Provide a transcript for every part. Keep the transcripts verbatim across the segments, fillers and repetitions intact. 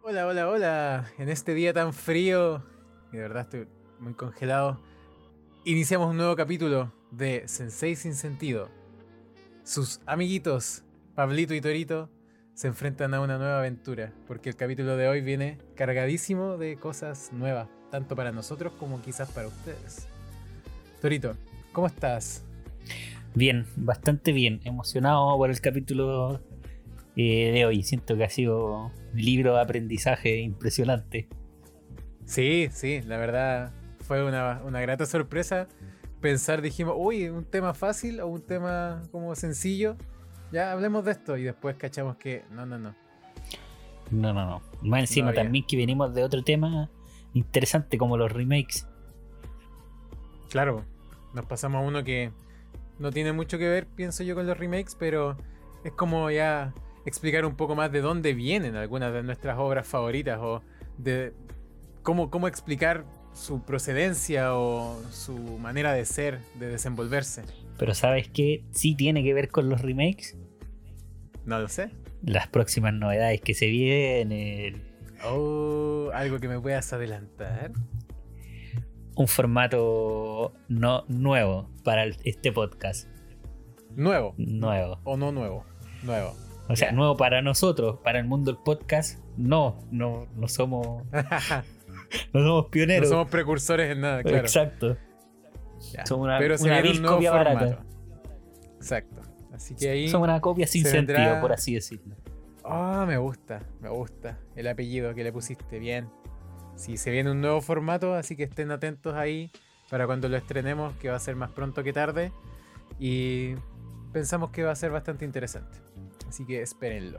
Hola, hola, hola. En este día tan frío, y de verdad estoy muy congelado, iniciamos un nuevo capítulo de Sensei Sin Sentido. Sus amiguitos, Pablito y Torito, se enfrentan a una nueva aventura, porque el capítulo de hoy viene cargadísimo de cosas nuevas, tanto para nosotros como quizás para ustedes. Torito, ¿cómo estás? Bien, bastante bien. Emocionado por el capítulo eh, de hoy. Siento que ha sido un libro de aprendizaje impresionante. Sí, sí, la verdad fue una, una grata sorpresa pensar, dijimos, uy, un tema fácil o un tema como sencillo, ya hablemos de esto y después cachamos que no, no, no, No, no, no. Más no encima había. también que venimos de otro tema interesante como los remakes. Claro, nos pasamos a uno que no tiene mucho que ver, pienso yo, con los remakes, pero es como ya explicar un poco más de dónde vienen algunas de nuestras obras favoritas o de cómo, cómo explicar su procedencia o su manera de ser, de desenvolverse. Pero ¿sabes qué? Sí tiene que ver con los remakes. No lo sé. Las próximas novedades que se vienen. Oh, algo que me puedas adelantar. Un formato no nuevo para el- este podcast. Nuevo. Nuevo. O no nuevo. Nuevo. O sea, Ya. nuevo para nosotros, para el mundo del podcast. No, no, no somos, no somos No pioneros. somos precursores en nada, claro. Exacto. Ya. Somos una, Pero se una viene vil un nuevo copia formato. barata. Exacto. Así que ahí. Somos una copia sin se sentido, vendrá- por así decirlo. Ah, me gusta, me gusta el apellido que le pusiste, bien. Sí, se viene un nuevo formato, así que estén atentos ahí para cuando lo estrenemos, que va a ser más pronto que tarde. Y pensamos que va a ser bastante interesante. Así que espérenlo.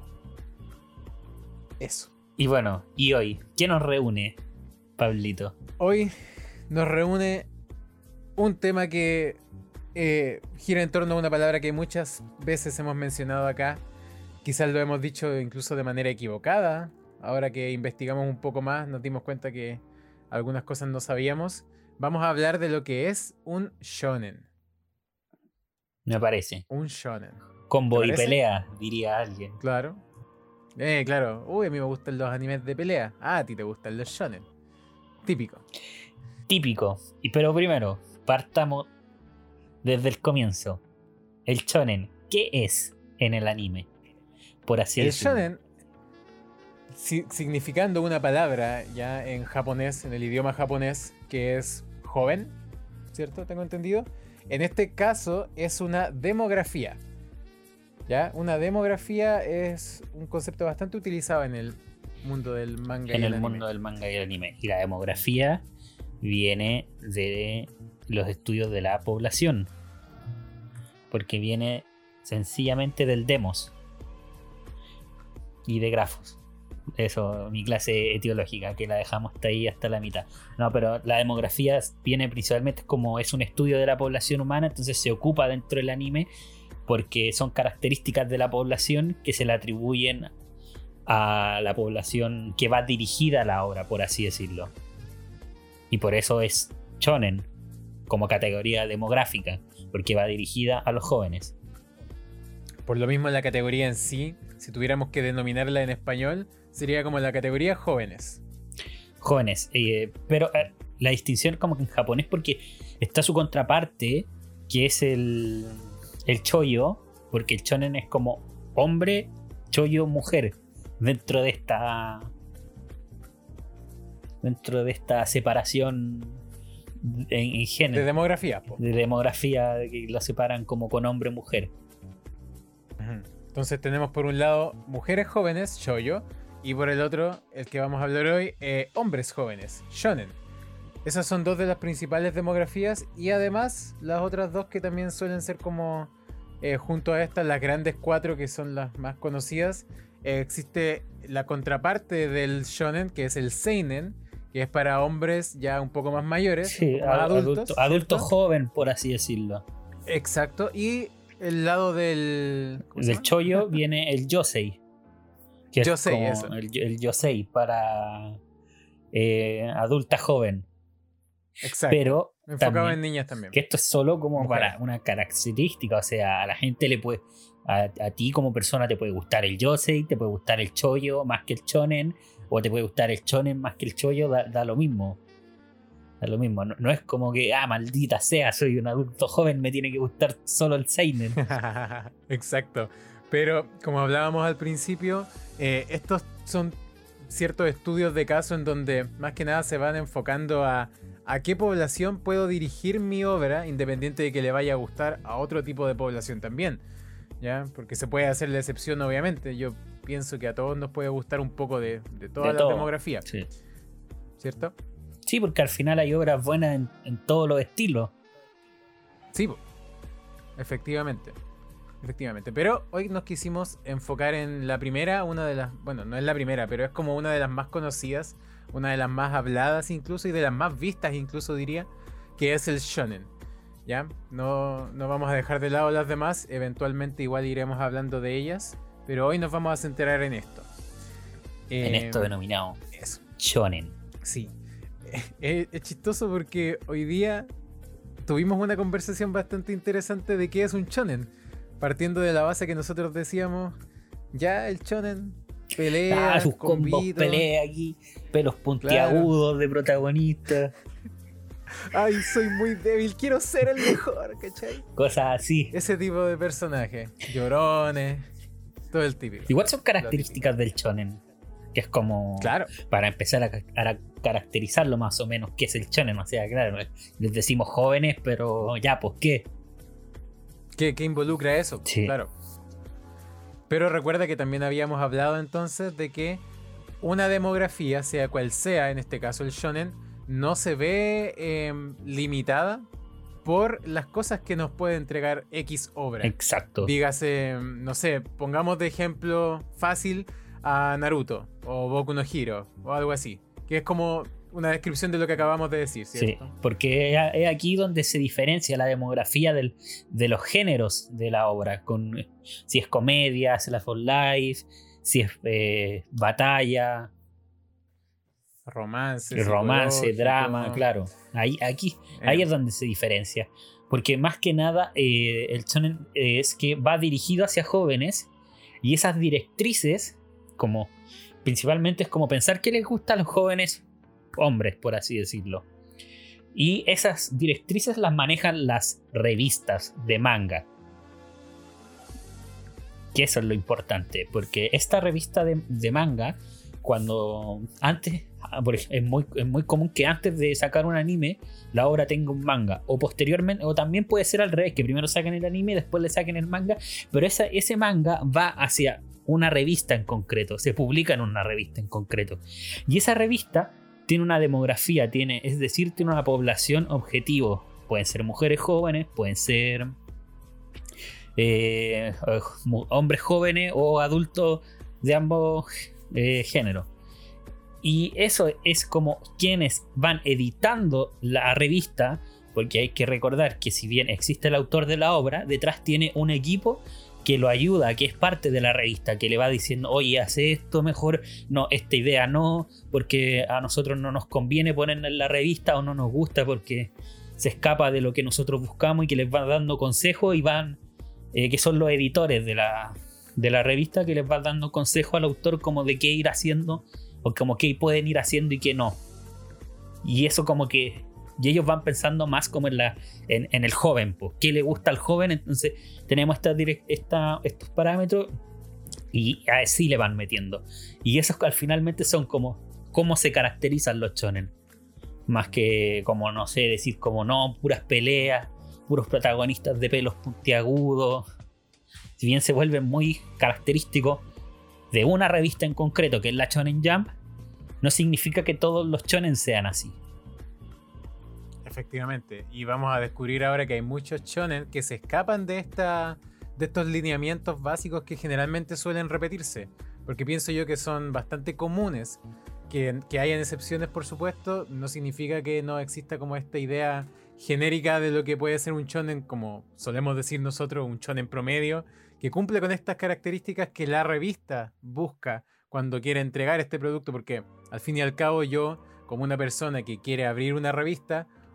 Eso. Y bueno, y hoy, ¿qué nos reúne, Pablito? Hoy nos reúne un tema que eh, gira en torno a una palabra que muchas veces hemos mencionado acá. Quizás lo hemos dicho incluso de manera equivocada. Ahora que investigamos un poco más, nos dimos cuenta que algunas cosas no sabíamos. Vamos a hablar de lo que es un shonen. Me parece. Un shonen. Combo ¿Te y parece? pelea, diría alguien. Claro. Eh, claro. Uy, a mí me gustan los animes de pelea. Ah, a ti te gustan los shonen. Típico. Típico. Y pero primero, partamos desde el comienzo. El shonen, ¿qué es en el anime? Por así El decirlo. shonen, si- significando una palabra ya en japonés, en el idioma japonés, que es joven, ¿cierto? Tengo entendido. En este caso es una demografía. ¿Ya? Una demografía es un concepto bastante utilizado en el mundo del manga En y el el anime. mundo del manga y el anime. Y la demografía viene de los estudios de la población. Porque viene sencillamente del demos. Y de grafos. Eso, mi clase etiológica, que la dejamos hasta ahí, hasta la mitad. No, pero la demografía viene principalmente como es un estudio de la población humana, entonces se ocupa dentro del anime porque son características de la población que se le atribuyen a la población que va dirigida a la obra, por así decirlo. Y por eso es shonen como categoría demográfica, porque va dirigida a los jóvenes. Por lo mismo la categoría en sí, si tuviéramos que denominarla en español, sería como la categoría jóvenes. Jóvenes, eh, pero eh, la distinción como que en japonés, porque está su contraparte, que es el, el choyo, porque el shonen es como hombre, choyo, mujer, dentro de esta dentro de esta separación en, en género, De demografía, po. de demografía, que lo separan como con hombre, mujer. Ujú. Entonces tenemos por un lado mujeres jóvenes, shoujo, y por el otro, el que vamos a hablar hoy, eh, hombres jóvenes, shonen. Esas son dos de las principales demografías y además las otras dos que también suelen ser como eh, junto a estas las grandes cuatro que son las más conocidas. Eh, existe la contraparte del shonen que es el seinen, que es para hombres ya un poco más mayores, Sí, un poco más adulto, adultos, adulto ¿cierto? joven, por así decirlo. Exacto. Y el lado del ¿cómo se Del llama? choyo viene el yosei, que es Yosei, como eso. el, el yosei para eh, adulta joven. Exacto. Pero Enfocado también, en niñas también. que esto es solo como Mujeres. para una característica, o sea, a la gente le puede, a, a ti como persona te puede gustar el yosei, te puede gustar el choyo más que el shonen, o te puede gustar el shonen más que el choyo, da, da lo mismo. Da lo mismo, no, no es como que, ah, maldita sea, soy un adulto joven, me tiene que gustar solo el seinen. Exacto. Pero como hablábamos al principio, eh, estos son ciertos estudios de caso en donde más que nada se van enfocando a a qué población puedo dirigir mi obra, independiente de que le vaya a gustar a otro tipo de población también, ¿ya? Porque se puede hacer la excepción, obviamente. Yo pienso que a todos nos puede gustar un poco de, de toda De la todo. demografía, Sí. ¿cierto? Sí, porque al final hay obras buenas en, en todos los estilos. Sí, po. efectivamente. Efectivamente. Pero hoy nos quisimos enfocar en la primera, una de las... Bueno, no es la primera, pero es como una de las más conocidas, una de las más habladas incluso y de las más vistas incluso diría, que es el shonen. ¿Ya? No, no vamos a dejar de lado las demás, eventualmente igual iremos hablando de ellas, pero hoy nos vamos a centrar en esto. En Eh, esto denominado Eso, shonen. sí. Es, es chistoso porque hoy día tuvimos una conversación bastante interesante de qué es un shonen. Partiendo de la base que nosotros decíamos, ya el shonen, pelea, Ah, sus combos, combito. pelea aquí, pelos puntiagudos de protagonista, Ay, soy muy débil, quiero ser el mejor, ¿cachai? cosas así. Ese tipo de personajes, llorones, todo el típico. Igual son características del shonen, que es como Claro, para empezar a, a caracterizarlo más o menos qué es el shonen. O sea, claro, les decimos jóvenes, pero ya, pues qué. ¿qué, qué involucra eso? Sí. Claro. Pero recuerda que también habíamos hablado entonces de que una demografía, sea cual sea, en este caso el shonen, no se ve eh, limitada por las cosas que nos puede entregar X obra. Exacto. Dígase, no sé, pongamos de ejemplo fácil a Naruto o Boku no Hero o algo así, que es como una descripción de lo que acabamos de decir, Sí, ¿cierto? porque es aquí donde se diferencia la demografía del, de los géneros de la obra, con si es comedia, slice of life, si es eh, batalla, Romance, romance, psicológico. drama, claro. Ahí, aquí, Eh, ahí es donde se diferencia. Porque más que nada eh, el shonen es que va dirigido hacia jóvenes y esas directrices, como principalmente es como pensar qué les gusta a los jóvenes hombres, por así decirlo. Y esas directrices las manejan las revistas de manga. Que eso es lo importante, porque esta revista de, de manga, cuando antes, por ejemplo, es muy, es muy común que antes de sacar un anime, la obra tenga un manga, o posteriormente, o también puede ser al revés, que primero saquen el anime y después le saquen el manga, pero esa, ese manga va hacia una revista en concreto, se publica en una revista en concreto. Y esa revista tiene una demografía, tiene, es decir, tiene una población objetivo. Pueden ser mujeres jóvenes, pueden ser eh, hombres jóvenes o adultos de ambos eh, géneros. Y eso es como quienes van editando la revista, porque hay que recordar que si bien existe el autor de la obra, detrás tiene un equipo que lo ayuda, que es parte de la revista, que le va diciendo, oye, hace esto mejor, no, esta idea no, porque a nosotros no nos conviene ponerla en la revista o no nos gusta porque se escapa de lo que nosotros buscamos, y que les van dando consejos y van, eh, que son los editores de la, de la revista, que les van dando consejos al autor como de qué ir haciendo o como qué pueden ir haciendo y qué no. Y eso como que... Y ellos van pensando más como en, la, en, en el joven, pues, qué le gusta al joven. Entonces tenemos esta direct, esta, estos parámetros y así le van metiendo. Y esos al finalmente son como cómo se caracterizan los shonen. Más que como, no sé, decir como no, puras peleas, puros protagonistas de pelos puntiagudos. Si bien se vuelven muy característicos de una revista en concreto, que es la Shonen Jump, no significa que todos los shonen sean así. Efectivamente, y vamos a descubrir ahora que hay muchos shonen que se escapan de, esta, de estos lineamientos básicos que generalmente suelen repetirse, porque pienso yo que son bastante comunes. Que, que hayan excepciones, por supuesto, no significa que no exista como esta idea genérica de lo que puede ser un shonen, como solemos decir nosotros, un shonen promedio, que cumple con estas características que la revista busca cuando quiere entregar este producto, porque al fin y al cabo yo, como una persona que quiere abrir una revista,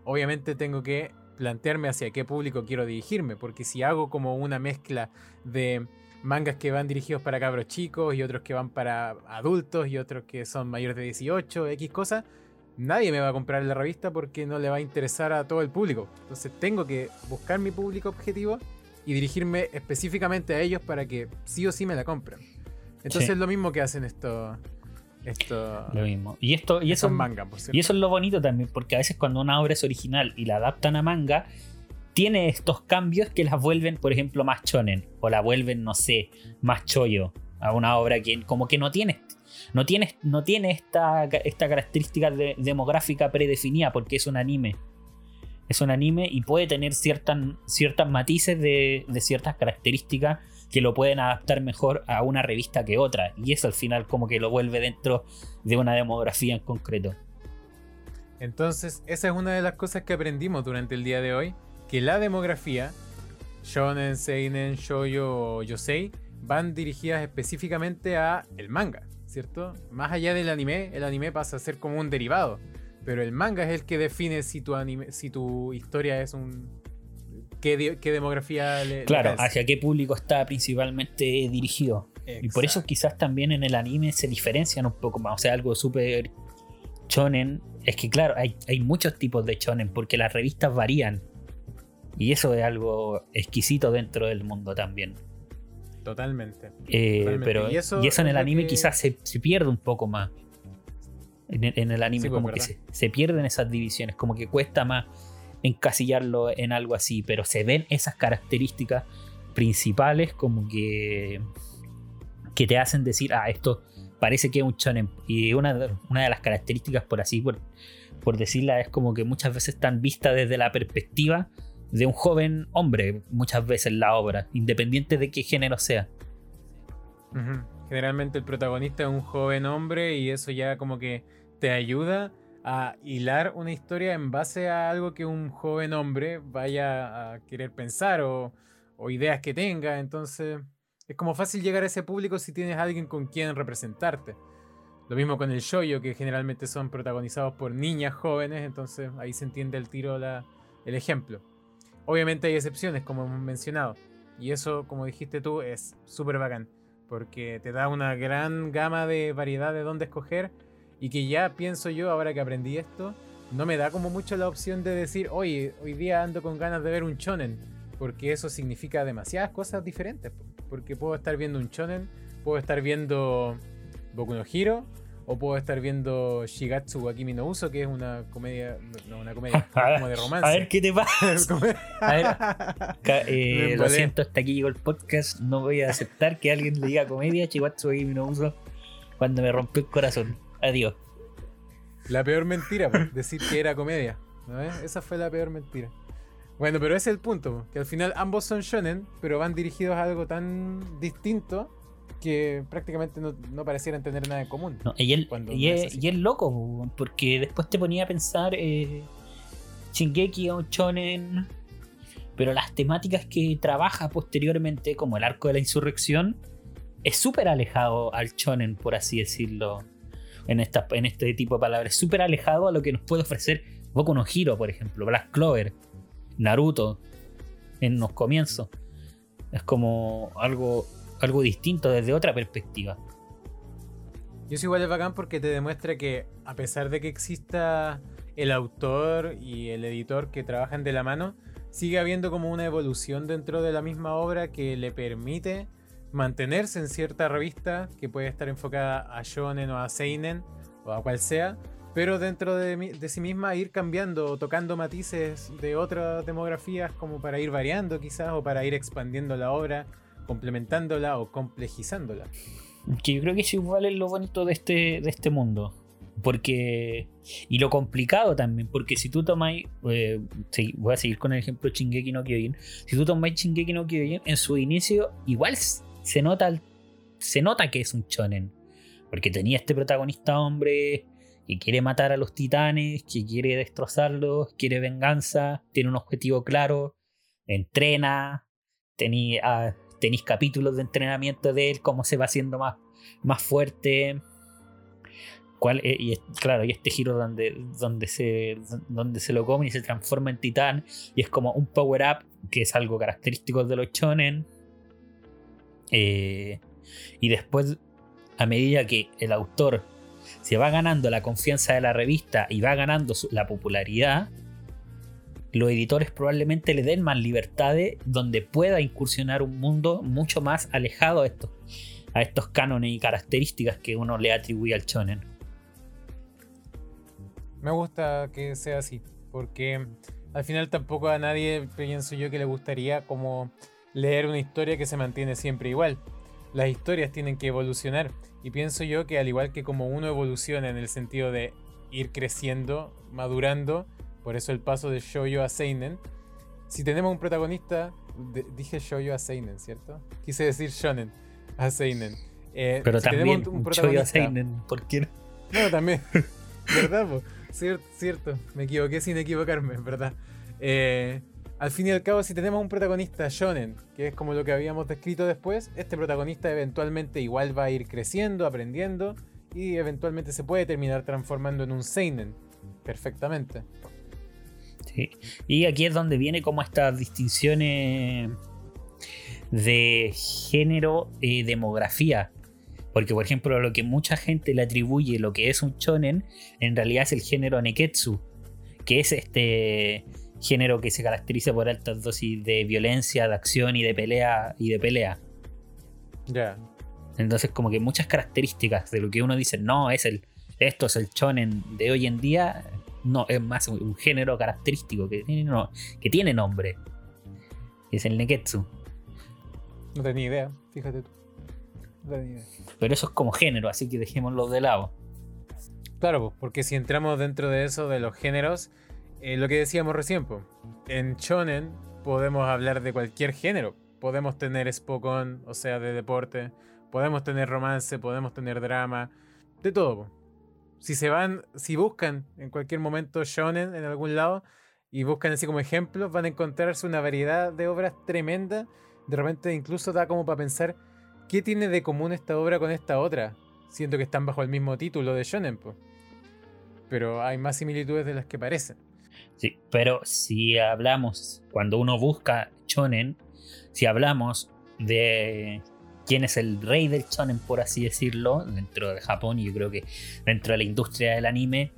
obviamente tengo que plantearme hacia qué público quiero dirigirme, porque si hago como una mezcla de mangas que van dirigidos para cabros chicos y otros que van para adultos y otros que son mayores de dieciocho, X cosas, nadie me va a comprar la revista porque no le va a interesar a todo el público. Entonces tengo que buscar mi público objetivo y dirigirme específicamente a ellos para que sí o sí me la compren. Entonces Sí. es lo mismo que hacen estos... Esto, Lo mismo. Y esto, y eso, estos mangas, por cierto. y eso es lo bonito también, porque a veces cuando una obra es original y la adaptan a manga, tiene estos cambios que las vuelven, por ejemplo, más shonen, o la vuelven, no sé, más choyo, a una obra que como que no tiene, no tiene, no tiene esta, esta característica de, demográfica predefinida, porque es un anime. Es un anime y puede tener ciertas, ciertas matices de, de ciertas características que lo pueden adaptar mejor a una revista que otra. Y eso al final como que lo vuelve dentro de una demografía en concreto. Entonces, esa es una de las cosas que aprendimos durante el día de hoy, que la demografía, shonen, seinen, shoujo o yosei, van dirigidas específicamente a el manga, ¿cierto? Más allá del anime, el anime pasa a ser como un derivado, pero el manga es el que define si tu anime, si tu historia es un... qué, qué demografía le, Claro, le calza. hacia qué público está principalmente dirigido. Exacto. Y por eso quizás también en el anime se diferencian un poco más. O sea, algo súper shonen. Es que claro, hay, hay muchos tipos de shonen porque las revistas varían. Y eso es algo exquisito dentro del mundo también. Totalmente. Eh, Totalmente. Pero Y y eso eso, en es el lo anime que- quizás se, se pierde un poco más. En, el- en el anime Sí, pues, como que ¿verdad? se, se pierden esas divisiones. Como que cuesta más encasillarlo en algo así. Pero se ven esas características principales como que que te hacen decir, ah, esto parece que es un shonen. Y una de, una de las características, por así, por, por decirla, es como que muchas veces están vistas desde la perspectiva de un joven hombre, muchas veces la obra, independiente de qué género sea. Ujú. Generalmente el protagonista es un joven hombre y eso ya como que te ayuda a hilar una historia en base a algo que un joven hombre vaya a querer pensar o, o ideas que tenga. Entonces es como fácil llegar a ese público si tienes a alguien con quien representarte. Lo mismo con el shoujo, que generalmente son protagonizados por niñas jóvenes, entonces ahí se entiende el tiro la, el ejemplo. Obviamente hay excepciones, como hemos mencionado, y eso, como dijiste tú, es súper bacán, porque te da una gran gama de variedad de dónde escoger, y que ya pienso yo, ahora que aprendí esto, no me da como mucho la opción de decir, oye, hoy día ando con ganas de ver un shonen, porque eso significa demasiadas cosas diferentes, po. Porque puedo estar viendo un shonen, puedo estar viendo Boku no Hero, o puedo estar viendo Shigatsu wa Kimi no Uso, que es una comedia, no una comedia, es como de romance. A ver qué te pasa. Es como- A ver, Ca- Me eh, lo embolé. siento, hasta aquí llegó el podcast. No voy a aceptar que alguien le diga comedia, Chihuahua y no uso cuando me rompió el corazón. Adiós. La peor mentira, po, decir que era comedia, ¿no es? Esa fue la peor mentira. Bueno, pero ese es el punto, po, que al final ambos son shonen, pero van dirigidos a algo tan distinto que prácticamente no, no parecieran tener nada en común. No, y, él, Cuando y, no es es, así. y es loco, po, porque después te ponía a pensar eh, Shingeki es un shonen, pero las temáticas que trabaja posteriormente, como el arco de la insurrección, es súper alejado al shonen, por así decirlo, en, esta, en este tipo de palabras. Es súper alejado a lo que nos puede ofrecer Boku no Hero, por ejemplo, Black Clover, Naruto, en los comienzos. Es como algo, algo distinto desde otra perspectiva. Y eso igual es bacán porque te demuestra que a pesar de que exista el autor y el editor que trabajan de la mano, sigue habiendo como una evolución dentro de la misma obra que le permite mantenerse en cierta revista que puede estar enfocada a shonen o a seinen o a cual sea, pero dentro de, mi- de sí misma ir cambiando o tocando matices de otras demografías como para ir variando quizás o para ir expandiendo la obra, complementándola o complejizándola. Que yo creo que eso igual es lo bonito de este, de este mundo. Porque. Y lo complicado también. Porque si tú tomáis. Eh, sí, voy a seguir con el ejemplo de Shingeki no Kyojin. Si tú tomáis Shingeki no Kyojin, en su inicio, igual se nota, el- se nota que es un shonen. Porque tenía este protagonista hombre que quiere matar a los titanes, que quiere destrozarlos, quiere venganza, tiene un objetivo claro, entrena, tenía. ah, tenéis capítulos de entrenamiento de él, cómo se va haciendo más, más fuerte. ¿Cuál es? Y es, claro, y este giro donde, donde, se, donde se lo comen y se transforma en titán. Y es como un power-up que es algo característico de los shonen. Eh, y después, a medida que el autor se va ganando la confianza de la revista y va ganando su, la popularidad, los editores probablemente le den más libertades donde pueda incursionar un mundo mucho más alejado a estos, a estos cánones y características que uno le atribuye al shonen. Me gusta que sea así, porque al final tampoco a nadie, pienso yo, que le gustaría como leer una historia que se mantiene siempre igual. Las historias tienen que evolucionar, y pienso yo que al igual que como uno evoluciona en el sentido de ir creciendo, madurando, por eso el paso de shoujo a seinen, si tenemos un protagonista, de, dije shoujo a seinen, ¿cierto? Quise decir shonen a seinen. Eh, Pero si también un, un un protagonista, shoujo a seinen, ¿por qué no? No, también, ¿verdad? Po? Cierto, cierto, me equivoqué sin equivocarme, ¿verdad? Eh, al fin y al cabo, si tenemos un protagonista shonen, que es como lo que habíamos descrito después, este protagonista eventualmente igual va a ir creciendo, aprendiendo, y eventualmente se puede terminar transformando en un seinen, perfectamente. Sí. Y aquí es donde viene como estas distinciones de género y demografía. Porque, por ejemplo, lo que mucha gente le atribuye lo que es un shonen, en realidad es el género neketsu, que es este género que se caracteriza por altas dosis de violencia, de acción y de pelea y de pelea. Ya. Yeah. Entonces, como que muchas características de lo que uno dice, no, es el, esto es el shonen de hoy en día, no, es más un, un género característico que tiene, no, que tiene nombre. Es el neketsu. No tenía idea, fíjate tú. No tenía idea. Pero eso es como género, así que dejémoslo de lado. Claro, porque si entramos dentro de eso, de los géneros, eh, lo que decíamos recién, po, en shonen podemos hablar de cualquier género. Podemos tener Spokon, o sea, de deporte, podemos tener romance, podemos tener drama, de todo, po. Si se van, si buscan en cualquier momento shonen en algún lado y buscan así como ejemplos, van a encontrarse una variedad de obras tremenda. De repente incluso da como para pensar qué tiene de común esta obra con esta otra, siendo que están bajo el mismo título de shonen, po. Pero hay más similitudes de las que parecen. Sí, pero si hablamos, cuando uno busca shonen, si hablamos de quién es el rey del shonen, por así decirlo, dentro de Japón, y yo creo que dentro de la industria del anime,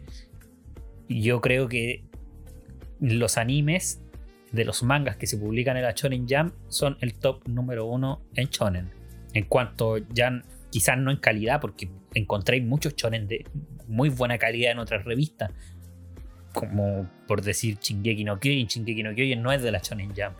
yo creo que los animes de los mangas que se publican en la Shonen Jump son el top número uno en shonen. En cuanto ya, quizás no en calidad, porque encontréis muchos shonen de muy buena calidad en otras revistas, como por decir Shingeki no Kyojin. Shingeki no Kyojin no es de la Shonen Jump,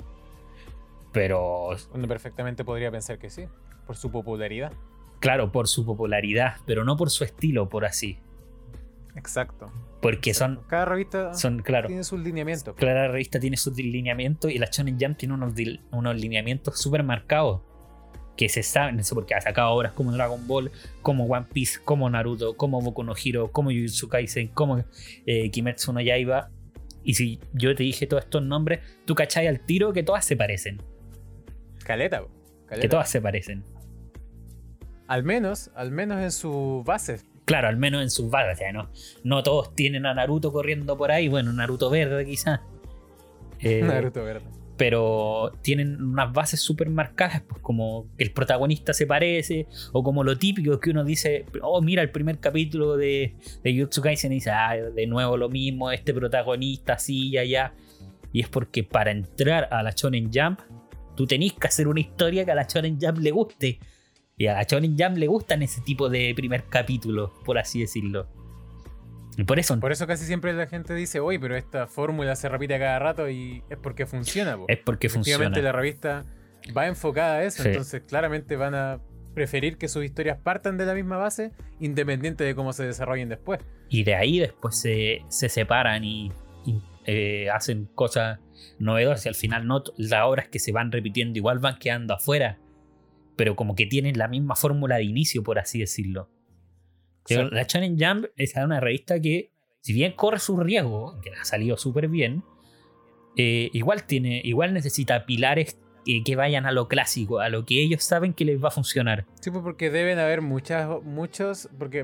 pero uno perfectamente podría pensar que sí, por su popularidad. Claro, por su popularidad, pero no por su estilo, por así. Exacto. Porque Exacto. son cada revista son, claro, tiene sus lineamientos. Cada revista tiene sus lineamientos, y la Shonen Jump tiene unos, unos lineamientos súper marcados que se saben, eso porque ha sacado obras como Dragon Ball, como One Piece, como Naruto, como Boku no Hero, como Jujutsu Kaisen, como eh, Kimetsu no Yaiba. Y si yo te dije todos estos nombres, tú cachai al tiro que todas se parecen. Caleta, caleta. Que todas se parecen. Al menos, al menos en sus bases. Claro, al menos en sus bases. O sea, no, no todos tienen a Naruto corriendo por ahí. Bueno, Naruto verde quizás. Eh, Naruto verde. Pero tienen unas bases súper marcadas, pues como que el protagonista se parece, o como lo típico que uno dice, oh, mira el primer capítulo de, de Jujutsu Kaisen y dice, ah, de nuevo lo mismo, este protagonista así y allá. Y es porque para entrar a la Shonen Jump, tú tenés que hacer una historia que a la Shonen Jump le guste. Y a la Shonen Jump le gustan ese tipo de primer capítulo, por así decirlo. Y por eso, por eso casi siempre la gente dice, oye, pero esta fórmula se repite a cada rato, y es porque funciona, po. Es porque Efectivamente, funciona. la revista va enfocada a eso, Sí. Entonces claramente van a preferir que sus historias partan de la misma base, independiente de cómo se desarrollen después. Y de ahí después se, se separan y, y eh, hacen cosas novedosas. Y al final no, las obras que se van repitiendo igual van quedando afuera, pero como que tienen la misma fórmula de inicio, por así decirlo. Pero la Shonen Jump es una revista que, si bien corre su riesgo, que ha salido súper bien, eh, igual tiene, igual necesita pilares que, que vayan a lo clásico, a lo que ellos saben que les va a funcionar. Sí, pues porque deben haber muchas, muchos, porque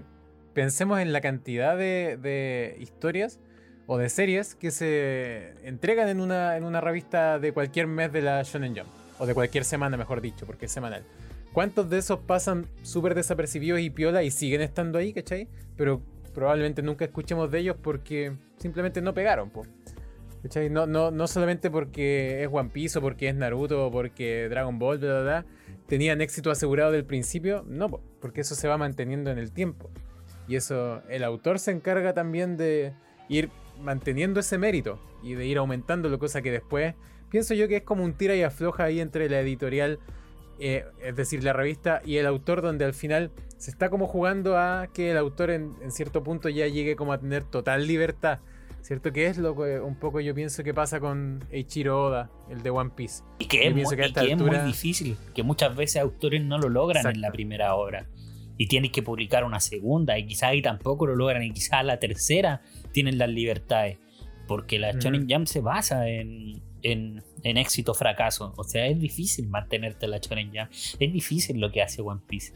pensemos en la cantidad de, de historias o de series que se entregan en una, en una revista de cualquier mes de la Shonen Jump. O de cualquier semana, mejor dicho, porque es semanal. ¿Cuántos de esos pasan súper desapercibidos y piola y siguen estando ahí, cachai? Pero probablemente nunca escuchemos de ellos porque simplemente no pegaron, po. ¿Cachai? No, no, no solamente porque es One Piece o porque es Naruto o porque Dragon Ball, bla, bla, bla, tenían éxito asegurado del principio. No, po, porque eso se va manteniendo en el tiempo. Y eso, el autor se encarga también de ir manteniendo ese mérito y de ir aumentándolo, cosa que después pienso yo que es como un tira y afloja ahí entre la editorial, eh, es decir, la revista y el autor, donde al final se está como jugando a que el autor en, en cierto punto ya llegue como a tener total libertad, ¿cierto? Que es lo que un poco yo pienso que pasa con Eiichiro Oda, el de One Piece. Y que, es muy, que, y que altura... es muy difícil, que muchas veces autores no lo logran. Exacto. En la primera obra. Y tienes que publicar una segunda, y quizás ahí tampoco lo logran, y quizás la tercera tienen las libertades. Porque la Shonen Jump se basa en, en, en éxito o fracaso. O sea, es difícil mantenerte en la Shonen Jump. Es difícil lo que hace One Piece.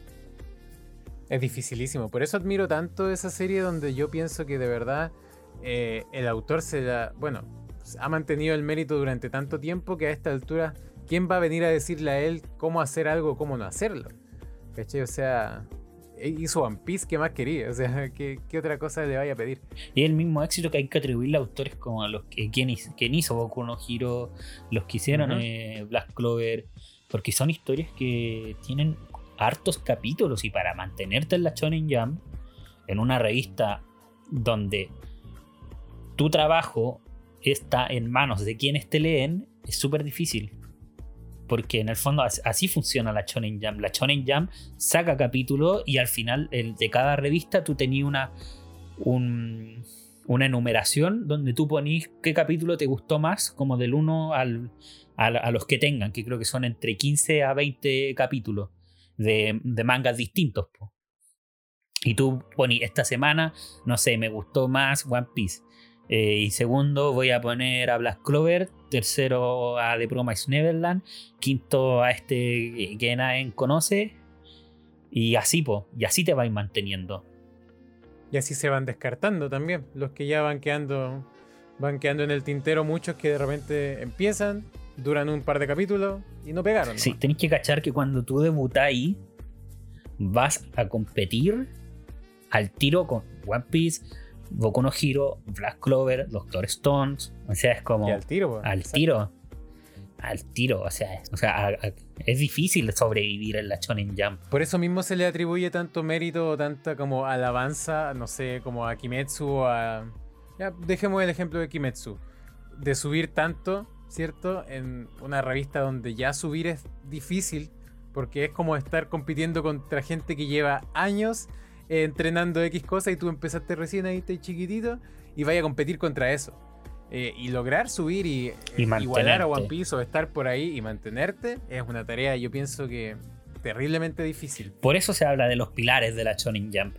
Es dificilísimo. Por eso admiro tanto esa serie, donde yo pienso que de verdad eh, el autor se la... Bueno, ha mantenido el mérito durante tanto tiempo que a esta altura, ¿quién va a venir a decirle a él cómo hacer algo o cómo no hacerlo? ¿Cachai? O sea... hizo One Piece, ¿qué más quería? O sea, ¿qué, qué otra cosa le vaya a pedir? Y el mismo éxito que hay que atribuirle a autores como a los que quien hizo, quien hizo Boku no Hero, los que hicieron uh-huh. eh, Black Clover, porque son historias que tienen hartos capítulos, y para mantenerte en la Shonen Jump, en una revista donde tu trabajo está en manos de quienes te leen, es súper difícil. Porque en el fondo así funciona la Shonen Jump. La Shonen Jump saca capítulos y al final de cada revista tú tenías una, un, una enumeración donde tú ponís qué capítulo te gustó más, como del uno al, al, a los que tengan, que creo que son entre quince a veinte capítulos de, de mangas distintos, po. Y tú ponís, esta semana, no sé, me gustó más One Piece. Eh, y segundo voy a poner a Black Clover, tercero a The Promised Neverland, quinto a este que nadie conoce, y así po, y así te vais manteniendo. Y así se van descartando también los que ya van quedando van quedando en el tintero, muchos que de repente empiezan, duran un par de capítulos y no pegaron, ¿no? Sí, tenés que cachar que cuando tú debutáis vas a competir al tiro con One Piece, Boku no Hero, Black Clover, Doctor Stone. O sea, es como. Y al tiro, bueno, Al exacto. tiro. Al tiro. O sea, o sea a, a, es difícil sobrevivir en la Shonen Jump. Por eso mismo se le atribuye tanto mérito o tanta como alabanza, no sé, como a Kimetsu o a. Ya, dejemos el ejemplo de Kimetsu. De subir tanto, ¿cierto? En una revista donde ya subir es difícil, porque es como estar compitiendo contra gente que lleva años Eh, entrenando X cosa y tú empezaste recién ahí, estás chiquitito, y vaya a competir contra eso. Eh, y lograr subir y, eh, y igualar a One Piece o estar por ahí y mantenerte es una tarea, yo pienso que terriblemente difícil. Por eso se habla de los pilares de la Shonen Jump.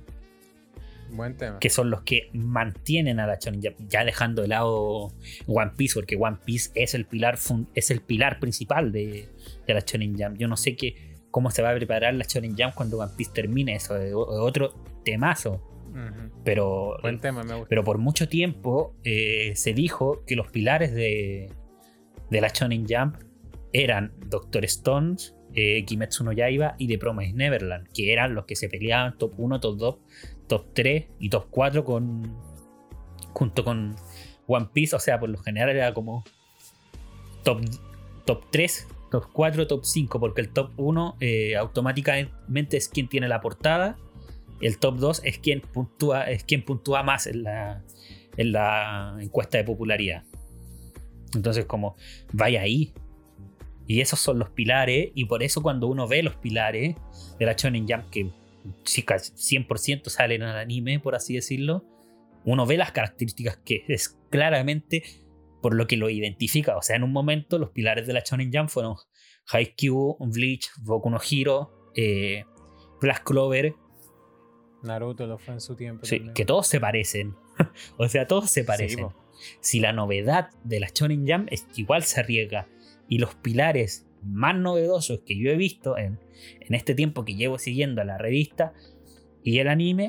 Buen tema. Que son los que mantienen a la Shonen Jump, ya dejando de lado One Piece, porque One Piece es el pilar, es el pilar principal de, de la Shonen Jump. Yo no sé qué cómo se va a preparar la Shonen Jump cuando One Piece termine, eso es otro temazo. Uh-huh. Pero, Buen tema, me gusta. Pero por mucho tiempo eh, se dijo que los pilares de, de la Shonen Jump eran Doctor Stone, eh, Kimetsu no Yaiba y The Promised Neverland, que eran los que se peleaban top uno, top dos, top tres y top cuatro con, junto con One Piece. O sea, por lo general era como top, top tres, top cuatro, top cinco, porque el top uno eh, automáticamente es quien tiene la portada, el top dos es quien puntúa, es quien puntúa más en la, en la encuesta de popularidad. Entonces, como vaya ahí, y esos son los pilares, y por eso cuando uno ve los pilares de la Shonen Jump, que cien por ciento salen al anime, por así decirlo, uno ve las características que es claramente por lo que lo identifica. O sea, en un momento los pilares de la Shonen Jump fueron Haikyuu, Bleach, Boku no Hero, eh, Black Clover, Naruto lo fue en su tiempo. Sí, también. Que todos se parecen. O sea, todos se parecen. Sí, si la novedad de la Shonen Jump es que igual se arriesga, y los pilares más novedosos que yo he visto en, en este tiempo que llevo siguiendo la revista y el anime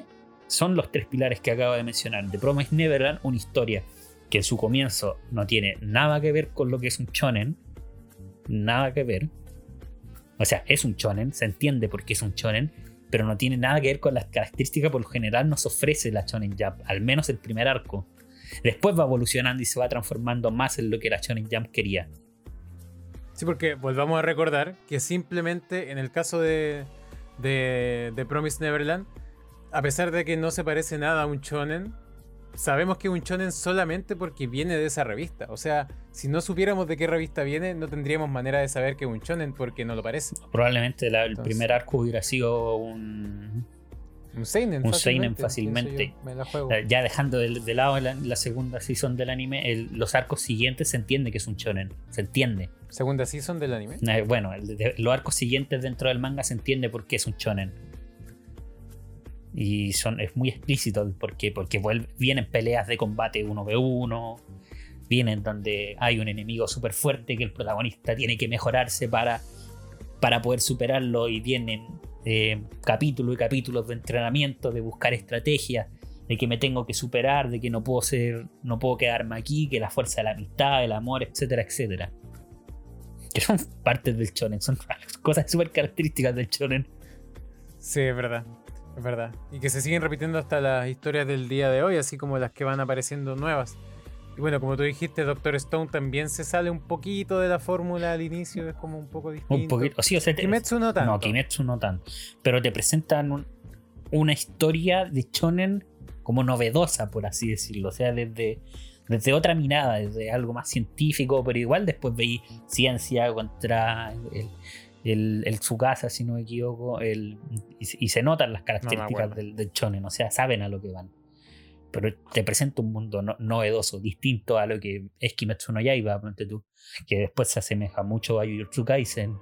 son los tres pilares que acabo de mencionar. The Promised Neverland, una historia que en su comienzo no tiene nada que ver con lo que es un shonen, nada que ver. O sea, es un shonen, se entiende por qué es un shonen, pero no tiene nada que ver con las características que por lo general nos ofrece la Shonen Jump, al menos el primer arco. Después va evolucionando y se va transformando más en lo que la Shonen Jump quería. Sí, porque volvamos a recordar que simplemente en el caso de, de, de Promised Neverland, a pesar de que no se parece nada a un shonen, sabemos que es un shonen solamente porque viene de esa revista. O sea, si no supiéramos de qué revista viene, no tendríamos manera de saber que es un shonen porque no lo parece. Probablemente la, el Entonces, primer arco hubiera sido un... Un seinen un fácilmente. seinen fácilmente. Me la juego. Ya dejando de, de lado la, la segunda season del anime, el, los arcos siguientes se entiende que es un shonen. Se entiende. ¿Segunda season del anime? Eh, bueno, el de, los arcos siguientes dentro del manga se entiende por qué es un shonen. Y son, es muy explícito porque, porque vuelve, vienen peleas de combate uno ve uno. Vienen donde hay un enemigo súper fuerte que el protagonista tiene que mejorarse para, para poder superarlo. Y vienen eh, capítulos y capítulos de entrenamiento, de buscar estrategias, de que me tengo que superar, de que no puedo ser, no puedo quedarme aquí, que la fuerza de la amistad, el amor, etcétera, etcétera. Que son partes del shonen, son cosas súper características del shonen. Sí, es verdad. Es verdad. Y que se siguen repitiendo hasta las historias del día de hoy, así como las que van apareciendo nuevas. Y bueno, como tú dijiste, Doctor Stone también se sale un poquito de la fórmula al inicio, es como un poco distinto. Un poquito, sí, o sea, Kimetsu no tanto. No, Kimetsu no tanto. Pero te presentan un, una historia de shonen como novedosa, por así decirlo. O sea, desde, desde otra mirada, desde algo más científico, pero igual después veis ciencia contra el... El, el Tsukasa, si no me equivoco, el, y, y se notan las características no del, del shonen, o sea, saben a lo que van. Pero te presenta un mundo no, novedoso, distinto a lo que es Kimetsu no Yaiba, ponte tú, que después se asemeja mucho a Jujutsu Kaisen.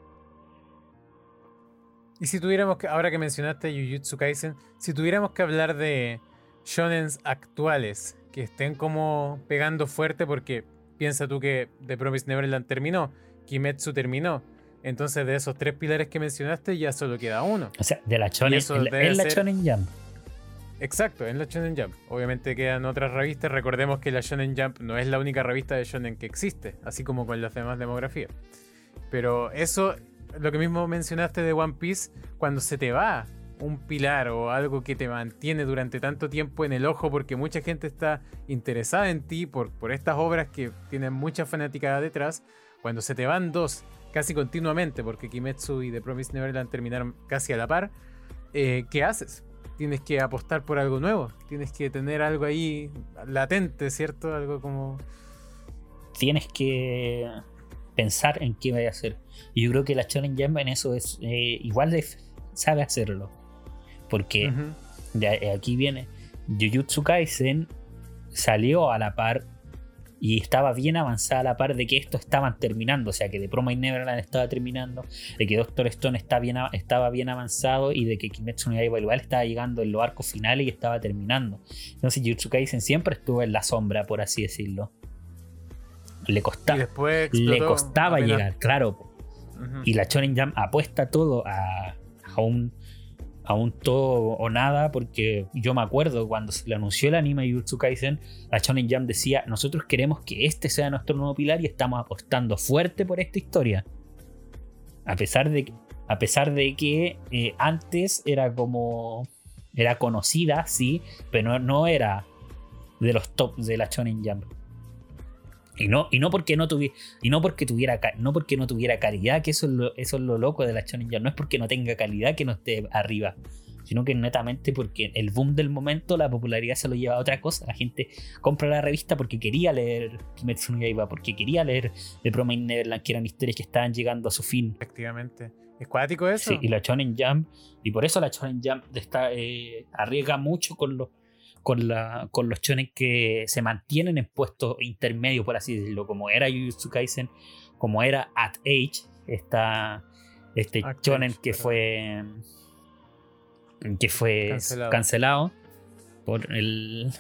Y si tuviéramos que, ahora que mencionaste Jujutsu Kaisen, si tuviéramos que hablar de shonens actuales que estén como pegando fuerte, porque piensa tú que The Promised Neverland terminó, Kimetsu terminó. Entonces de esos tres pilares que mencionaste ya solo queda uno. O sea, de la Shonen, en la, en la ser... Shonen Jump. Exacto, en la Shonen Jump. Obviamente quedan otras revistas. Recordemos que la Shonen Jump no es la única revista de Shonen que existe, así como con las demás demografías. Pero eso, lo que mismo mencionaste de One Piece, cuando se te va un pilar o algo que te mantiene durante tanto tiempo en el ojo porque mucha gente está interesada en ti por, por estas obras que tienen mucha fanática detrás, cuando se te van dos casi continuamente, porque Kimetsu y The Promised Neverland terminaron casi a la par, eh, ¿qué haces? Tienes que apostar por algo nuevo, tienes que tener algo ahí latente, ¿cierto? Algo como... Tienes que pensar en qué vaya a hacer. Y yo creo que la Shonen Jump en eso es eh, igual de sabe hacerlo, porque uh-huh. de aquí viene Jujutsu Kaisen salió a la par y estaba bien avanzada a la par de que esto estaban terminando, o sea que The Promised Neverland estaba terminando, de que Doctor Stone está bien, estaba bien avanzado y de que Kimetsu no Yaiba igual estaba llegando en los arcos finales y estaba terminando. Entonces Jujutsu Kaisen siempre estuvo en la sombra, por así decirlo. Le costaba, le costaba apenas llegar, claro. Uh-huh. Y la Shonen Jump apuesta todo a, a un a un todo o nada, porque yo me acuerdo cuando se le anunció el anime de Jujutsu Kaisen, la Shonen Jump decía, nosotros queremos que este sea nuestro nuevo pilar y estamos apostando fuerte por esta historia. A pesar de, a pesar de que eh, antes era como... Era conocida, sí, pero no, no era de los tops de la Shonen Jump. Y no, y no porque no tuviera, y no porque tuviera, no porque no tuviera calidad, que eso es lo, eso es lo loco de la Shonen Jump. No es porque no tenga calidad que no esté arriba, sino que netamente porque el boom del momento, la popularidad se lo lleva a otra cosa. La gente compra la revista porque quería leer Kimetsu no Yaiba, porque quería leer The Promised Neverland, que eran historias que estaban llegando a su fin. Efectivamente. ¿Es cuático eso? Sí, y la Shonen Jump, y por eso la Shonen Jump está, eh, arriesga mucho con los Con, la, con los shonen que se mantienen en puestos intermedios, por así decirlo, como era Jujutsu Kaisen, como era At Age, esta, este At shonen Age, que pero... fue que fue cancelado. cancelado por el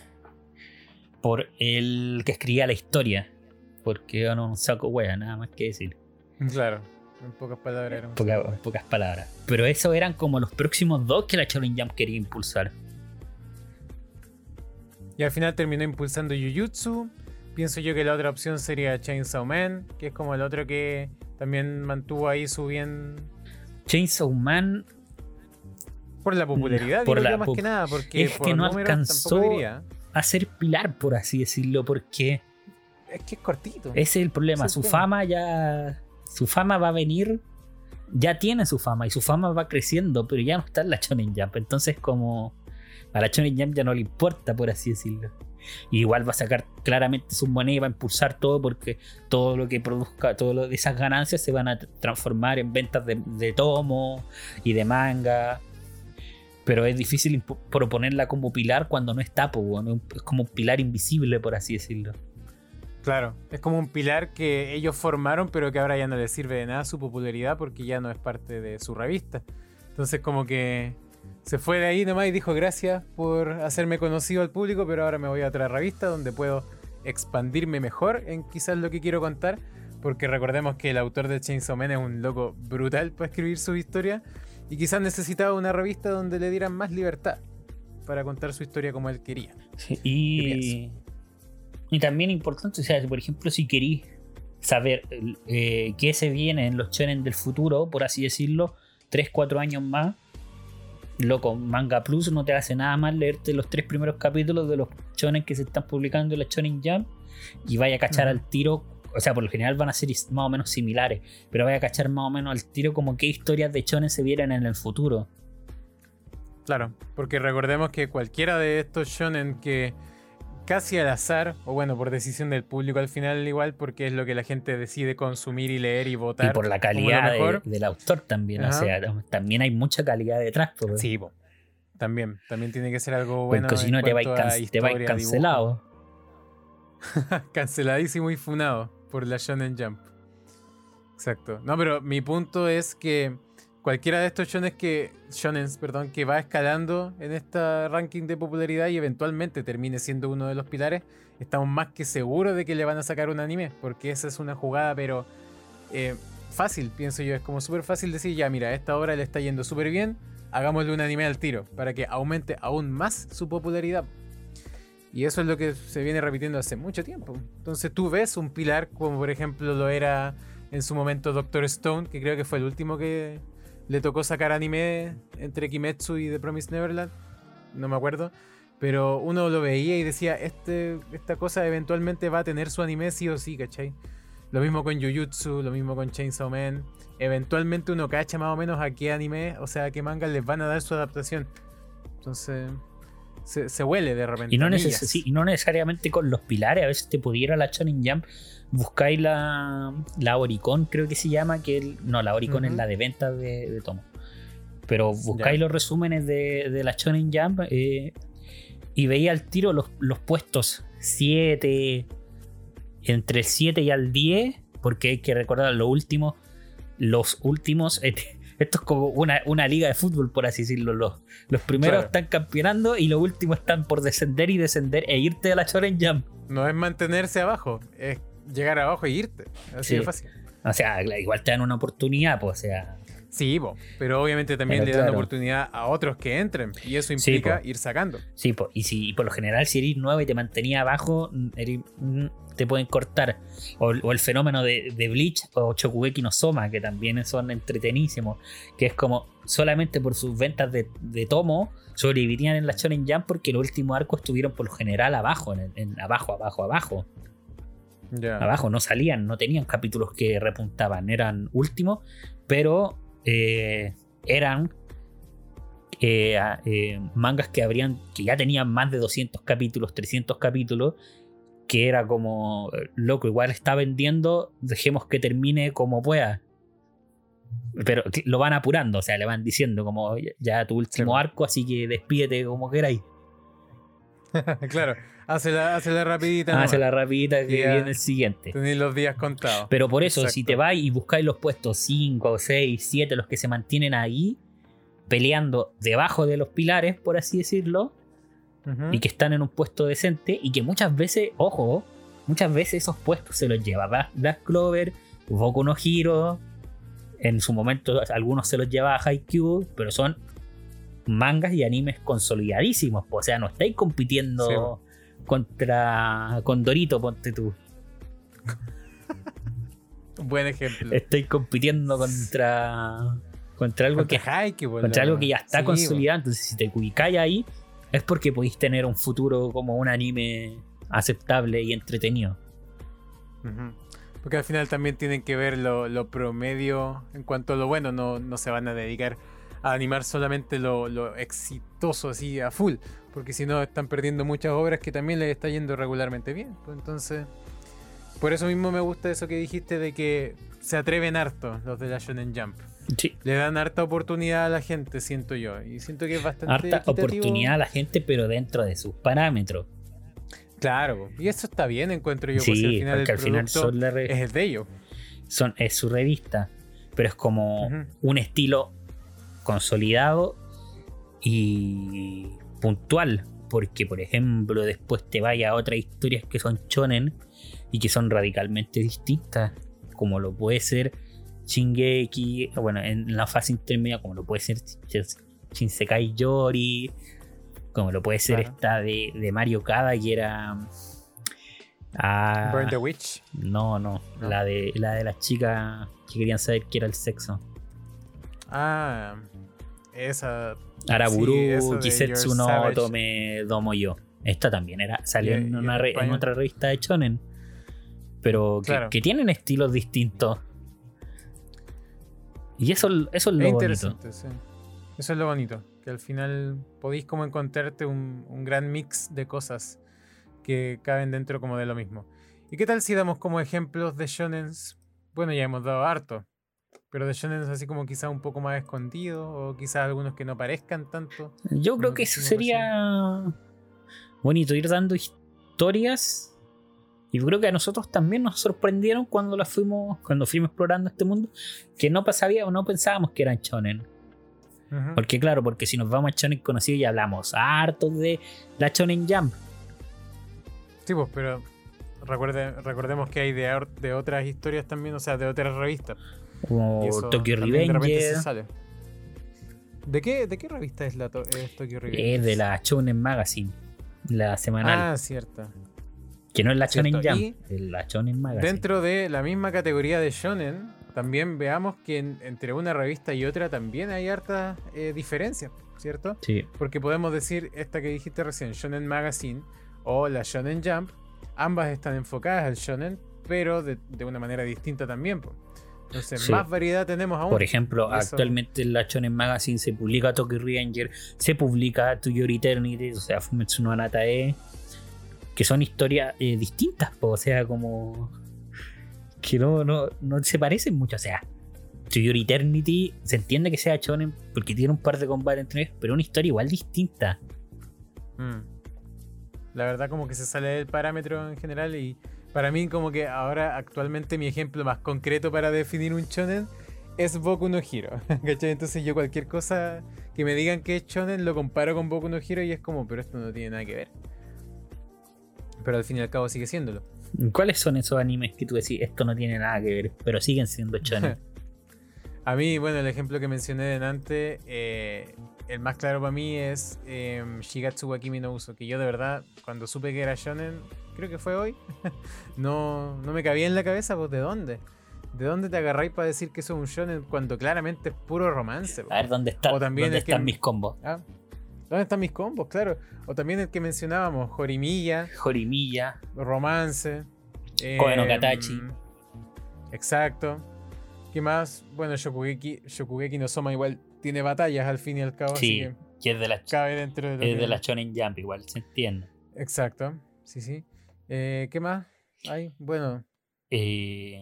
por el que escribía la historia, porque era un saco wea, nada más que decir. Claro, en pocas palabras. En poca, en pocas palabras. Pero esos eran como los próximos dos que la Shonen Jump quería impulsar. Y al final terminó impulsando Jujutsu. Pienso yo que la otra opción sería Chainsaw Man, que es como el otro que también mantuvo ahí su bien... Chainsaw Man... Por la popularidad, por digo la yo más pop- que nada, porque es por que no números alcanzó tampoco diría. a ser pilar, por así decirlo, porque Es que es cortito. ese es el problema. Es el Su tema. fama ya... Su fama va a venir... Ya tiene su fama y su fama va creciendo, pero ya no está en la Shonen Jump. Entonces como... A la Shonen Jump ya no le importa, por así decirlo. Y igual va a sacar claramente sus monedas y va a impulsar todo porque todo lo que produzca, todo lo de esas ganancias se van a transformar en ventas de, de tomo y de manga. Pero es difícil imp- proponerla como pilar cuando no está, po, weón. Es como un pilar invisible, por así decirlo. Claro, es como un pilar que ellos formaron, pero que ahora ya no les sirve de nada su popularidad porque ya no es parte de su revista. Entonces como que se fue de ahí nomás y dijo gracias por hacerme conocido al público, pero ahora me voy a otra revista donde puedo expandirme mejor en quizás lo que quiero contar, porque recordemos que el autor de Chainsaw Man es un loco brutal para escribir su historia y quizás necesitaba una revista donde le dieran más libertad para contar su historia como él quería. Sí, y, y también importante, o sea, por ejemplo, si queréis saber eh, qué se viene en los shonen del futuro, por así decirlo, tres cuatro años más, loco, Manga Plus no te hace nada más leerte los tres primeros capítulos de los shonen que se están publicando en la Shonen Jump y vaya a cachar Uh-huh. al tiro. O sea, por lo general van a ser más o menos similares, pero vaya a cachar más o menos al tiro como qué historias de shonen se vienen en el futuro. Claro, porque recordemos que cualquiera de estos shonen que casi al azar, o bueno, por decisión del público al final igual, porque es lo que la gente decide consumir y leer y votar. Y por la como lo calidad de- mejor. del autor también. Ajá. O sea, también hay mucha calidad detrás. Pues, Sí, po. También, también tiene que ser algo bueno. porque si en no te vais cuanto a can- te vais historia, cancelado. dibujo. Canceladísimo y funado por la Shonen Jump. Exacto. No, pero mi punto es que cualquiera de estos shonen que, shonens, perdón, que va escalando en este ranking de popularidad y eventualmente termine siendo uno de los pilares, estamos más que seguros de que le van a sacar un anime, porque esa es una jugada, pero eh, fácil, pienso yo. Es como súper fácil decir, ya, mira, a esta hora le está yendo súper bien, hagámosle un anime al tiro, para que aumente aún más su popularidad. Y eso es lo que se viene repitiendo hace mucho tiempo. Entonces tú ves un pilar como por ejemplo lo era en su momento Doctor Stone, que creo que fue el último que le tocó sacar anime entre Kimetsu y The Promised Neverland. No me acuerdo. Pero uno lo veía y decía, este, esta cosa eventualmente va a tener su anime sí o sí, ¿cachai? Lo mismo con Jujutsu, lo mismo con Chainsaw Man. Eventualmente uno cacha más o menos a qué anime, o sea, a qué manga les van a dar su adaptación. Entonces... Se, se huele de repente. Y no, a neces- millas. sí, y no necesariamente con los pilares. A veces te pudiera la Shonen Jump. Buscáis la, la Oricon, creo que se llama. Que el- no, la Oricon Ujú. es la de ventas de, de tomo. Pero buscáis Ya. los resúmenes de, de la Shonen Jump eh, y veía al tiro los, los puestos siete, entre el siete y al diez. Porque hay que recordar lo último. Los últimos. eh, Esto es como una, una liga de fútbol, por así decirlo. Los, los primeros Claro. están campeonando y los últimos están por descender y descender e irte a la Shonen Jump. No es mantenerse abajo, es llegar abajo y irte. Así Sí. de fácil. O sea, igual te dan una oportunidad, pues, o sea. Sí, po, pero obviamente también Pero le dan claro. oportunidad a otros que entren. Y eso Sí, implica po. ir sacando. Sí, pues, y si y por lo general, si eres nuevo y te mantenía abajo, mm, eres- mm, te pueden cortar. O, o el fenómeno de, de Bleach o Shokugeki no Soma, que también son entretenísimos. Que es como solamente por sus ventas de, de tomo sobrevivían en la Shonen Jump porque los últimos arcos estuvieron por lo general abajo, en, en- abajo, abajo, abajo. Ya. Abajo, no salían, no tenían capítulos que repuntaban, eran últimos, pero eh, eran eh, a- eh, mangas que habrían, que ya tenían más de doscientos capítulos, trescientos capítulos, que era como, eh, loco, igual está vendiendo, dejemos que termine como pueda. Pero que- lo van apurando, o sea, le van diciendo como ya, ya tu último Sí. arco, así que despídete como queráis. Claro, hazla, hazla rapidita. Hace nomás. la rapidita que Ya. viene el siguiente. Tenéis los días contados. Pero por eso, Exacto. si te vais y buscáis los puestos cinco, seis, siete, los que se mantienen ahí, peleando debajo de los pilares, por así decirlo, Ujú. y que están en un puesto decente, y que muchas veces, ojo, muchas veces esos puestos se los lleva Black- Black Clover, Boku no Hero, en su momento algunos se los lleva a Haikyuu, pero son mangas y animes consolidadísimos, po. O sea, no estáis compitiendo Sí, po. contra Condorito, ponte tú. Buen ejemplo. Estoy compitiendo contra contra algo que Haikyuu, contra algo que ya está sí, consolidado. Entonces, si te ubicáis ahí, es porque podéis tener un futuro como un anime aceptable y entretenido. Uh-huh. Porque al final también tienen que ver lo, lo promedio en cuanto a lo bueno. No, no se van a dedicar a animar solamente lo, lo exitoso así a full, porque si no están perdiendo muchas obras que también les está yendo regularmente bien. Pues entonces, por eso mismo me gusta eso que dijiste de que se atreven harto los de la Shonen Jump. Sí. Le dan harta oportunidad a la gente, siento yo, y siento que es bastante Harta equitativo. oportunidad a la gente, pero dentro de sus parámetros. Claro, y eso está bien, encuentro yo, Sí, porque al final porque el al final producto son la re- es de ellos. son, es su revista, pero es como Ujú. un estilo consolidado y puntual, porque por ejemplo después te vaya a otras historias que son shonen y que son radicalmente distintas, como lo puede ser Shingeki, bueno, en la fase intermedia, como lo puede ser Sh- Shinsekai Yori, como lo puede ser Claro. esta de, de Mario Kada, que era ah, Burn the Witch. no, no, ¿No? la de la de las chicas que querían saber qué era el sexo. Ah, esa. Araburu sí, esa de Kisetsu Your no Savage. Tome Domo Yo. Esta también era salió Y- en, y una en re- en España. otra revista de shonen, pero que, Claro. que tienen estilos distintos. Y eso, eso es Es lo bonito. interesante, sí. Eso es lo bonito, que al final podéis como encontrarte un, un gran mix de cosas que caben dentro como de lo mismo. ¿Y qué tal si damos como ejemplos de shonens? Bueno, ya hemos dado harto, pero de shonens así como quizás un poco más escondidos, o quizás algunos que no parezcan tanto. Yo creo como que eso dijimos sería bonito, ir dando historias. Y yo creo que a nosotros también nos sorprendieron cuando las fuimos, cuando fuimos explorando este mundo, que no pasaba o no pensábamos que eran shonen. Ujú. Porque claro, porque si nos vamos a shonen conocidos ya hablamos hartos de la Shonen Jump. Sí, pues, pero recuerde, recordemos que hay de, ar- de otras historias también, o sea, de otras revistas. Como Y eso Tokyo también de repente Revenger. se sale. ¿De qué, ¿De qué revista es la to- es Tokyo Revenger? Es de la Shonen Magazine, la semanal. Ah, cierto. Que no es la Shonen cierto. Jump, Y es la Shonen Magazine. dentro de la misma categoría de shonen, también veamos que en- entre una revista y otra también hay hartas eh, diferencias, ¿cierto? Sí, Porque podemos decir esta que dijiste recién, Shonen Magazine o la Shonen Jump, ambas están enfocadas al shonen, pero de, de una manera distinta también, po. Entonces, Sí. más variedad tenemos aún. por ejemplo, Y eso- actualmente en la Shonen Magazine se publica Tokyo Revenger, se publica To Your Eternity, o sea, Fumetsu no Anatae, que son historias eh, distintas, po, o sea, como que no, no, no se parecen mucho, o sea, To Your Eternity se entiende que sea shonen porque tiene un par de combates entre ellos, pero una historia igual distinta. Mm. La verdad como que se sale del parámetro en general, y para mí como que ahora actualmente mi ejemplo más concreto para definir un shonen es Boku no Hero. ¿Cachai? Entonces yo cualquier cosa que me digan que es shonen lo comparo con Boku no Hero y es como, pero esto no tiene nada que ver. Pero al fin y al cabo sigue siéndolo. ¿Cuáles son esos animes que tú decís, esto no tiene nada que ver, pero siguen siendo shonen? A mí, bueno, el ejemplo que mencioné delante, eh, el más claro para mí es eh, Shigatsu wa Kimi no Uso, que yo de verdad, cuando supe que era shonen, creo que fue hoy, no, no me cabía en la cabeza, pues ¿de dónde? ¿De dónde te agarráis para decir que eso es un shonen cuando claramente es puro romance? A ver, ¿dónde, está, O también ¿dónde el que- están mis combos? ¿Ah? ¿Dónde están mis combos? Claro. O también el que mencionábamos, Jorimilla, Jorimilla, romance. Koe no em, Katachi. Exacto. ¿Qué más? Bueno, Shokugeki, Shokugeki no Soma igual tiene batallas al fin y al cabo, sí, así que es de la, que cabe dentro de lo es que- de la Shonen Jump, igual, se entiende. Exacto, sí, sí. Eh, ¿qué más hay? Bueno, Eh,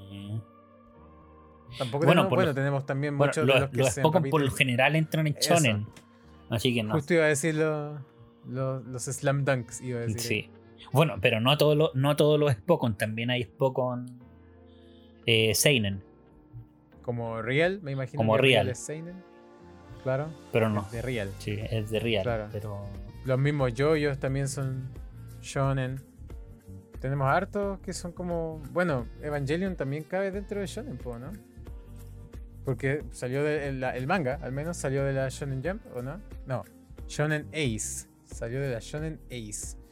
tampoco Bueno, tenemos, por bueno, lo- tenemos también bueno, muchos los, de los que los se Spokon por repiten. lo general entran en Eso. shonen. Así que no. Justo iba a decir lo- lo- los Slam Dunks, iba a decir. Sí. Bueno, pero no todos los, no todos los Spokon, también hay Spokon eh, Seinen, Como Real, me imagino. Como que Real. es Seinen. Claro. pero no. es De Real. Sí, es de Real, Claro. pero Los mismos yoyos también son shonen. Tenemos hartos que son como... Bueno, Evangelion también cabe dentro de shonen, po, ¿no? Porque salió de el, el manga, al menos salió de la Shonen Jump, ¿o no? No, Shonen Ace. Salió de la Shonen Ace.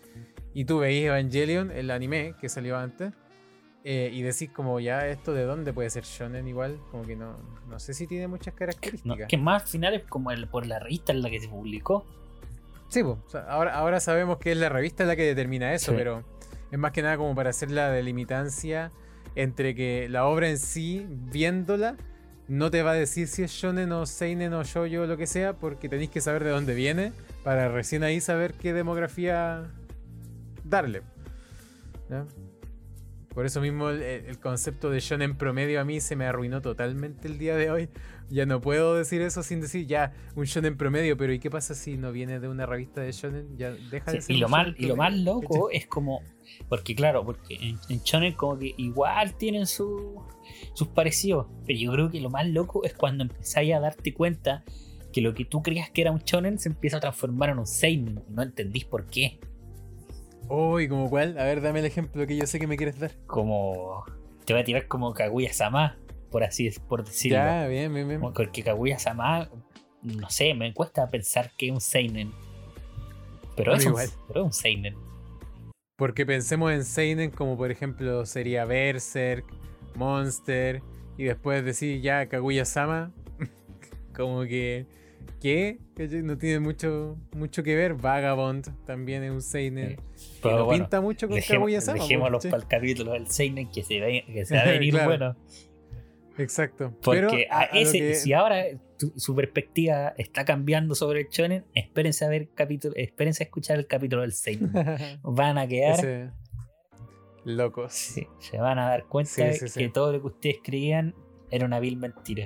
y tú veis Evangelion, el anime que salió antes, eh, y decís como ya esto de dónde puede ser shonen igual, como que no, no sé si tiene muchas No, características. que más al final es como el, por la revista en la que se publicó. Sí, pues, o sea, ahora, ahora sabemos que es la revista la que determina eso, Sí. pero es más que nada como para hacer la delimitancia entre que la obra en sí, viéndola, no te va a decir si es shonen o seinen o shoujo o lo que sea, porque tenéis que saber de dónde viene para recién ahí saber qué demografía darle. ¿Ya? Por eso mismo el, el concepto de shonen promedio a mí se me arruinó totalmente el día de hoy. Ya no puedo decir eso sin decir ya un shonen promedio, pero ¿y qué pasa si no viene de una revista de shonen? Ya deja Sí, de ser y, lo un más, shonen y lo más promedio, loco ¿cachai? es como. Porque, claro, porque en, en Shonen como que igual tienen su, sus parecidos. Pero yo creo que lo más loco es cuando empezáis a darte cuenta que lo que tú creías que era un Shonen se empieza a transformar en un Seinen. Y no entendís por qué. Uy, ¿como cuál? A ver, dame el ejemplo que yo sé que me quieres dar. Como. Te voy a tirar como Kaguya-sama, por así es, por decirlo. Ya, bien, bien, bien. Porque Kaguya-sama, no sé, me cuesta pensar que es un Seinen. Pero A mí es, un, igual. pero es un Seinen. Porque pensemos en seinen como por ejemplo sería Berserk, Monster, y después decir ya Kaguya-sama, como que ¿qué? ¿Cachai? No tiene mucho mucho que ver. Vagabond también es un seinen. Sí. Y Pero no bueno, pinta mucho con dejemos, Kaguya-sama. po, dejémoslos ¿cachai? para el capítulo del Seinen que se, ve, que se va a venir Claro. bueno. Exacto. Porque Pero a, a a lo ese, que... si ahora tu- su perspectiva está cambiando sobre el Shonen, espérense a ver capítulo, espérense a escuchar el capítulo del Seinen. Van a quedar, Ese... Locos. sí, se van a dar cuenta Sí, sí, sí. que todo lo que ustedes creían era una vil mentira.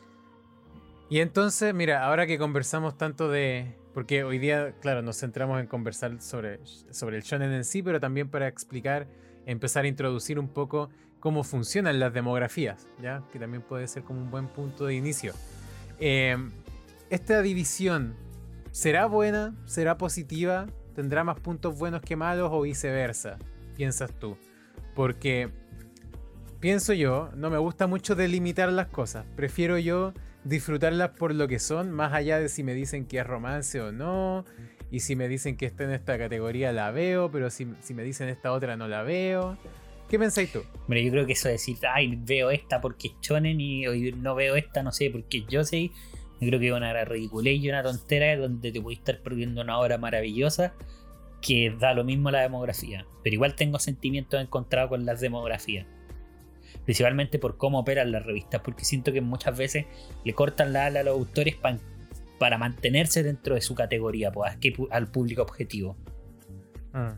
Y entonces, mira, ahora que conversamos tanto de... Porque hoy día, claro, nos centramos en conversar sobre, sobre el shonen en sí, pero también para explicar, empezar a introducir un poco cómo funcionan las demografías, ¿ya? Que también puede ser como un buen punto de inicio. Eh, ¿Esta división será buena? ¿Será positiva? ¿Tendrá más puntos buenos que malos o viceversa? Piensas tú. Porque pienso yo, no me gusta mucho delimitar las cosas. Prefiero yo disfrutarlas por lo que son, más allá de si me dicen que es romance o no, y si me dicen que está en esta categoría la veo, pero si, si me dicen esta otra no la veo. ¿Qué pensáis tú? Pero yo creo que eso de decir, ay, veo esta porque es Shonen y hoy no veo esta, no sé, porque yo sé, yo creo que es una ridiculez y una tontera donde te puedes estar perdiendo una obra maravillosa que da lo mismo la demografía. Pero igual tengo sentimientos encontrados con las demografías. Principalmente por cómo operan las revistas, porque siento que muchas veces le cortan la ala a los autores pa- para mantenerse dentro de su categoría, pues, a que pu- al público objetivo. Mm.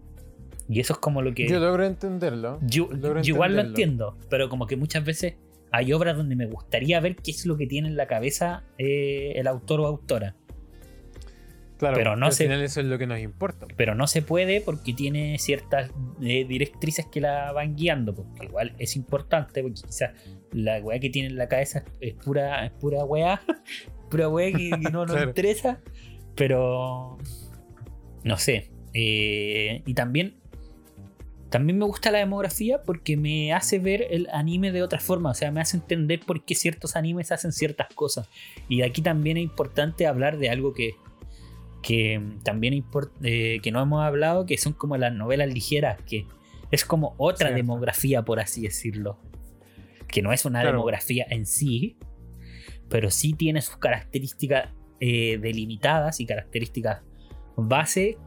Y eso es como lo que... Yo logro entenderlo. Yo, logro yo igual lo entenderlo. entiendo, pero como que muchas veces hay obras donde me gustaría ver qué es lo que tiene en la cabeza eh, el autor o autora. Claro, pero no al se- final eso es lo que nos importa. Pero no se puede porque tiene ciertas eh, directrices que la van guiando, porque igual es importante, porque quizás la weá que tiene en la cabeza es pura, es pura weá, pura weá que, que no nos Claro. interesa, pero no sé. Eh, y también, también me gusta la demografía porque me hace ver el anime de otra forma, o sea, me hace entender por qué ciertos animes hacen ciertas cosas. Y aquí también es importante hablar de algo que que también import- eh, que no hemos hablado, que son como las novelas ligeras, que es como otra Cierto. demografía, por así decirlo, que no es una Claro. demografía en sí, pero sí tiene sus características eh, delimitadas y características base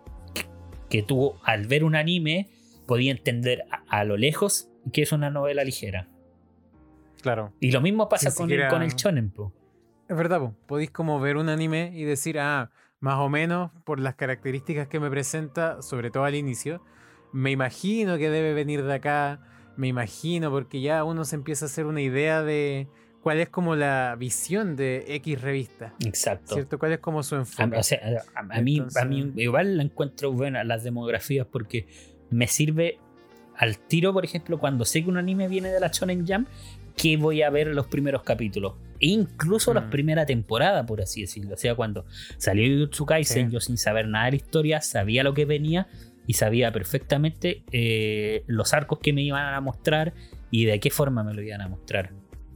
que tú al ver un anime podías entender a, a lo lejos que es una novela ligera. Claro. Y lo mismo pasa Sin con, siquiera- el, con el shonen, po. Es verdad, po. Podéis como ver un anime y decir, ah, más o menos por las características que me presenta, sobre todo al inicio, me imagino que debe venir de acá, me imagino, porque ya uno se empieza a hacer una idea de cuál es como la visión de X revista, Exacto. ¿cierto? ¿Cuál es como su A, enfoque? o sea, a, a mí, Entonces- a mí igual la encuentro buena las demografías porque me sirve al tiro, por ejemplo, cuando sé que un anime viene de la Shonen Jump, que voy a ver los primeros capítulos. E incluso la Mm. primera temporada, por así decirlo. O sea, cuando salió Jujutsu Kaisen, Sí. yo sin saber nada de la historia, sabía lo que venía y sabía perfectamente eh, los arcos que me iban a mostrar y de qué forma me lo iban a mostrar.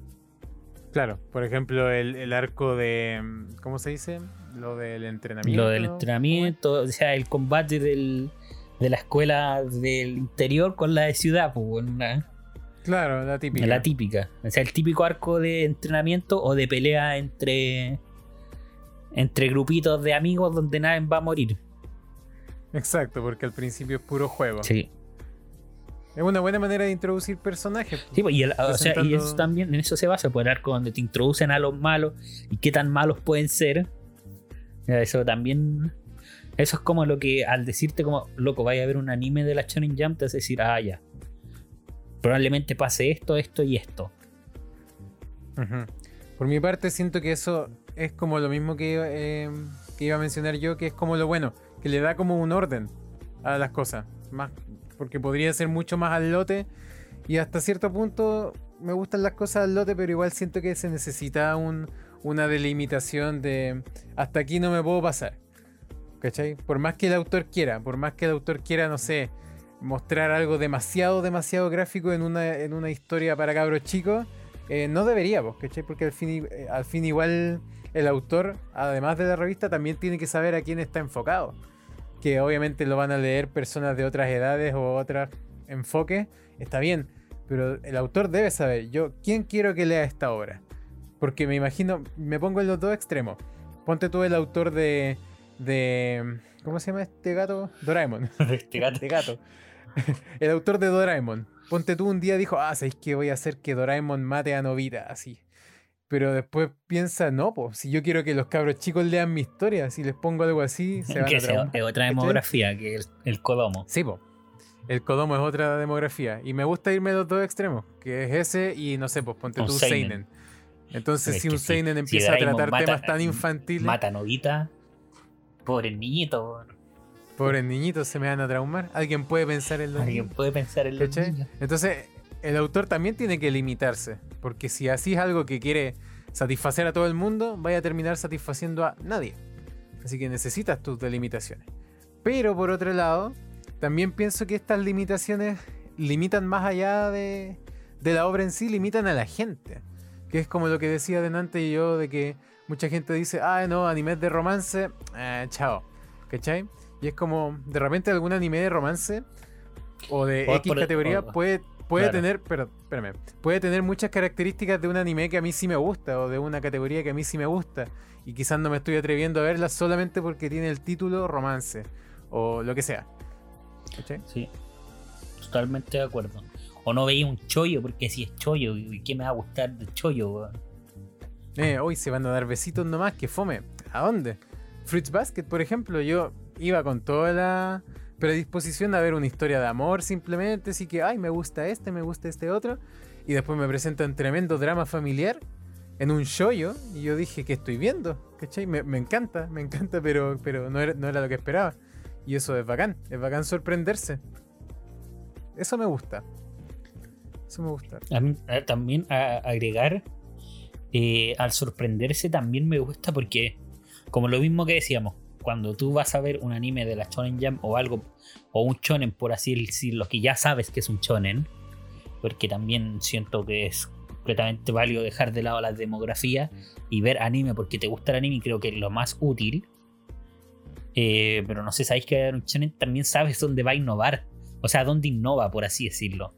Claro, por ejemplo, el, el arco de, ¿cómo se dice? Lo del entrenamiento. Lo del ¿no? entrenamiento, o sea, el combate del, de la escuela del interior con la de ciudad, pues, una, Claro, la típica. la típica. O sea, el típico arco de entrenamiento o de pelea entre, entre grupitos de amigos donde nadie va a morir. Exacto, porque al principio es puro juego. Sí. Es una buena manera de introducir personajes. Sí, pues, y, el- o sea, y Presentando- eso también, en eso se basa, por el arco donde te introducen a los malos y qué tan malos pueden ser. Ya, eso también. Eso es como lo que al decirte como, loco, vaya a ver un anime de la Shonen Jump, te hace decir, ah, ya. Probablemente pase esto, esto y esto. Ujú. Por mi parte siento que eso es como lo mismo que, eh, que iba a mencionar yo, que es como lo bueno, que le da como un orden a las cosas, más, porque podría ser mucho más al lote y hasta cierto punto me gustan las cosas al lote, pero igual siento que se necesita un, una delimitación de hasta aquí no me puedo pasar, ¿cachai? Por más que el autor quiera, por más que el autor quiera, no sé, mostrar algo demasiado, demasiado gráfico en una, en una historia para cabros chicos, eh, no debería, pues, ¿cachai? Porque al fin, y- eh, al fin igual el autor, además de la revista, también tiene que saber a quién está enfocado. Que obviamente lo van a leer personas de otras edades o otros enfoques, está bien, pero el autor debe saber, yo, ¿quién quiero que lea esta obra? Porque me imagino, me pongo en los dos extremos. Ponte tú el autor de... de ¿cómo se llama este gato? Doraemon. Este gato. Este gato. El autor de Doraemon. Ponte tú un día dijo, ah, ¿sabéis que voy a hacer que Doraemon mate a Novita? Así. Pero después piensa, no, pues, si yo quiero que los cabros chicos lean mi historia, si les pongo algo así, se van Que a esa traumar. es otra ¿Cachai? demografía, que es el, el Kodomo. Sí, po. El Kodomo es otra demografía. Y me gusta irme a los dos extremos, que es ese y no sé, pues ponte Un tú seinen. Seinen. Entonces, Es si que un si- Seinen si empieza a Doraemon tratar mata- temas tan infantiles, Mata a Novita. Pobre niñito. weón. pobres niñitos se me van a traumar. Alguien puede pensar en los Alguien niños, puede pensar en los ¿cachai? niños. Entonces, el autor también tiene que limitarse. Porque si así es algo que quiere satisfacer a todo el mundo, vaya a terminar satisfaciendo a nadie. Así que necesitas tus delimitaciones. Pero por otro lado, también pienso que estas limitaciones limitan más allá de, de la obra en sí, limitan a la gente. Que es como lo que decía delante yo, de que mucha gente dice, ah, no, animes de romance, eh, chao. ¿Cachai? Y es como, de repente algún anime de romance o de O X por- categoría o- puede, puede claro. tener, pero, espérame, puede tener muchas características de un anime que a mí sí me gusta o de una categoría que a mí sí me gusta. Y quizás no me estoy atreviendo a verla solamente porque tiene el título romance o lo que sea. ¿Cachai? Sí, totalmente de acuerdo. O no veía un chollo, porque si es chollo, ¿y qué me va a gustar de chollo? weón? Eh, hoy se van a dar besitos nomás, que fome. ¿A dónde? Fruits Basket, por ejemplo, yo iba con toda la predisposición a ver una historia de amor simplemente, así que, ay, me gusta este, me gusta este otro, y después me presentan tremendo drama familiar en un shoyo, y yo dije, ¿qué estoy viendo? ¿Cachai? Me, me encanta, me encanta, pero, pero no, era, no era lo que esperaba. Y eso es bacán, es bacán sorprenderse. Eso me gusta. Eso me gusta. A mí, a- también a- agregar, eh, al sorprenderse también me gusta porque, como lo mismo que decíamos, cuando tú vas a ver un anime de la Shonen Jump o algo, o un shonen por así decirlo, que ya sabes que es un shonen, porque también siento que es completamente válido dejar de lado la demografía y ver anime porque te gusta el anime, y creo que es lo más útil. Eh, pero no sé, sabéis que un shonen también sabes dónde va a innovar, o sea, dónde innova, por así decirlo.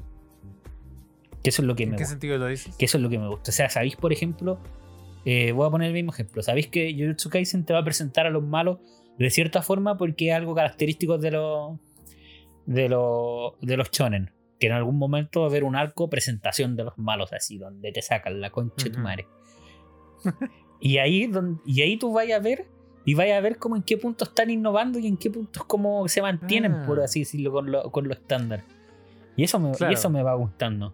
Que eso es lo que ¿En me qué gusta. sentido lo dices? Que eso es lo que me gusta. O sea, ¿sabéis, por ejemplo? Eh, voy a poner el mismo ejemplo. ¿Sabéis que Jujutsu Kaisen te va a presentar a los malos de cierta forma porque es algo característico de los de los de los shonen? Que en algún momento va a haber un arco presentación de los malos así, donde te sacan la concha de tu Ujú. madre. y ahí don- y ahí tú vayas a ver y vayas a ver cómo en qué puntos están innovando y en qué puntos cómo se mantienen, Ah. por así decirlo, con lo, con lo estándar. Y eso me, Claro. y eso me va gustando.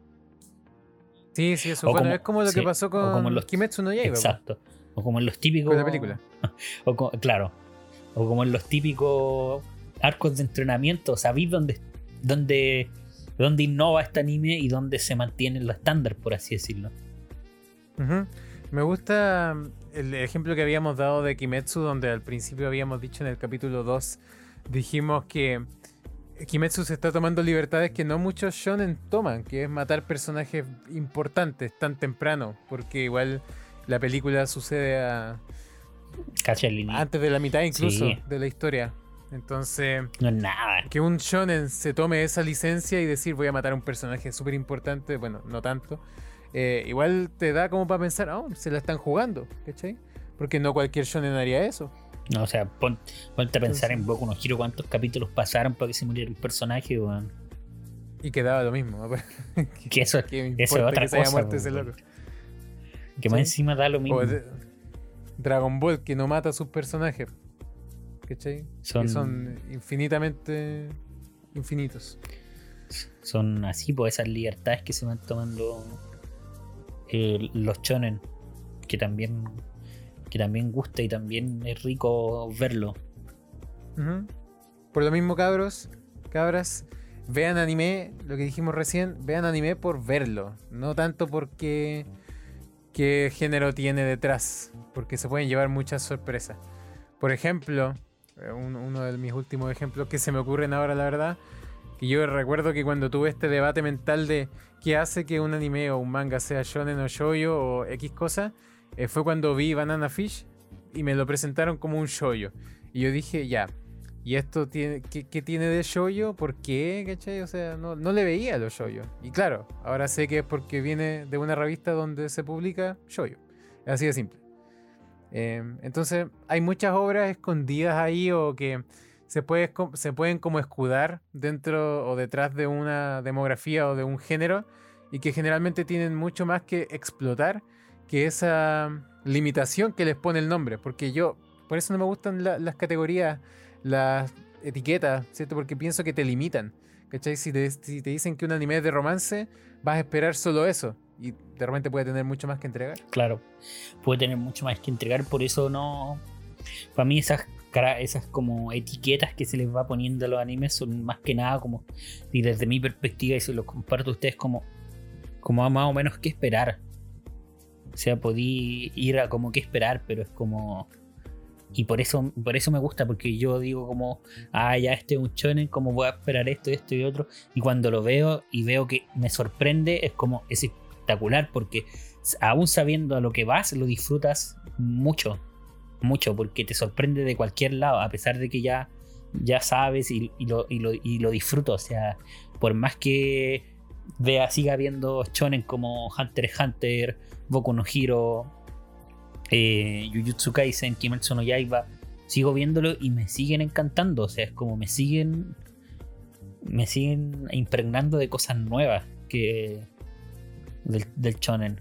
Sí, sí, eso. O bueno, como- es como lo sí, que pasó o con como los- Kimetsu no Yaiba. po. Exacto. O como en los típicos. Con la película. O co- claro. O como en los típicos arcos de entrenamiento. ¿Sabéis dónde, dónde, dónde innova este anime y dónde se mantiene lo estándar, por así decirlo? Ujú. Me gusta el ejemplo que habíamos dado de Kimetsu, donde al principio habíamos dicho en el capítulo dos, dijimos que Kimetsu se está tomando libertades que no muchos shonen toman, que es matar personajes importantes tan temprano, porque igual la película sucede a- ¿Cachai? El ini- antes de la mitad incluso Sí. de la historia. Entonces, no es nada. que un shonen se tome esa licencia y decir voy a matar a un personaje súper importante, bueno, no tanto, eh, igual te da como para pensar, oh, se la están jugando, ¿cachai? Porque no cualquier shonen haría eso. No, o sea, pon, ponte a pensar en Boku no Hero cuántos capítulos pasaron para que se muriera el personaje, weón. Y quedaba lo mismo. Que eso, eso es otra que se cosa. haya muerto ese loco. Que más ¿Sí? encima da lo mismo. O de Dragon Ball, que no mata a sus personajes. ¿Cachai? Son, que son infinitamente infinitos. Son así, pues esas libertades que se van tomando eh, los shonen. Que también, que también gusta y también es rico verlo. Uh-huh. Por lo mismo, cabros, cabras, vean anime, lo que dijimos recién, vean anime por verlo, no tanto porque qué género tiene detrás, porque se pueden llevar muchas sorpresas. Por ejemplo, un, uno de mis últimos ejemplos que se me ocurren ahora, la verdad, que yo recuerdo que cuando tuve este debate mental de qué hace que un anime o un manga sea shonen o shoujo o X cosa, eh, fue cuando vi Banana Fish y me lo presentaron como un shoujo. Y yo dije, ya, ¿y esto tiene qué, qué tiene de shoujo? ¿Por qué? ¿Cachai? O sea, no, no le veía a los shoujo. Y claro, ahora sé que es porque viene de una revista donde se publica shoujo. Es así de simple. Eh, entonces, hay muchas obras escondidas ahí o que se, puede, se pueden como escudar dentro o detrás de una demografía o de un género y que generalmente tienen mucho más que explotar que esa limitación que les pone el nombre. Porque yo, por eso no me gustan la, las categorías, las etiquetas, ¿cierto? Porque pienso que te limitan, ¿cachai? Si te, si te dicen que un anime es de romance, vas a esperar solo eso. Y de repente puede tener mucho más que entregar. Claro, puede tener mucho más que entregar, por eso no... Para mí esas, esas como etiquetas que se les va poniendo a los animes son más que nada como... Y desde mi perspectiva, y se los comparto a ustedes, como, como más o menos qué esperar. O sea, podí ir a como qué esperar, pero es como... Y por eso, por eso me gusta, porque yo digo como, ah, ya este es un shonen, como voy a esperar esto, esto y otro. Y cuando lo veo y veo que me sorprende, es como, es espectacular, porque aún sabiendo a lo que vas, lo disfrutas mucho, mucho, porque te sorprende de cualquier lado, a pesar de que ya, ya sabes y, y, lo, y, lo, y lo disfruto. O sea, por más que vea, siga viendo shonen como Hunter x Hunter, Boku no Hero, Eh, Jujutsu Kaisen, Kimetsu no Yaiba, sigo viéndolo y me siguen encantando. O sea, es como me siguen me siguen impregnando de cosas nuevas que del, del shonen.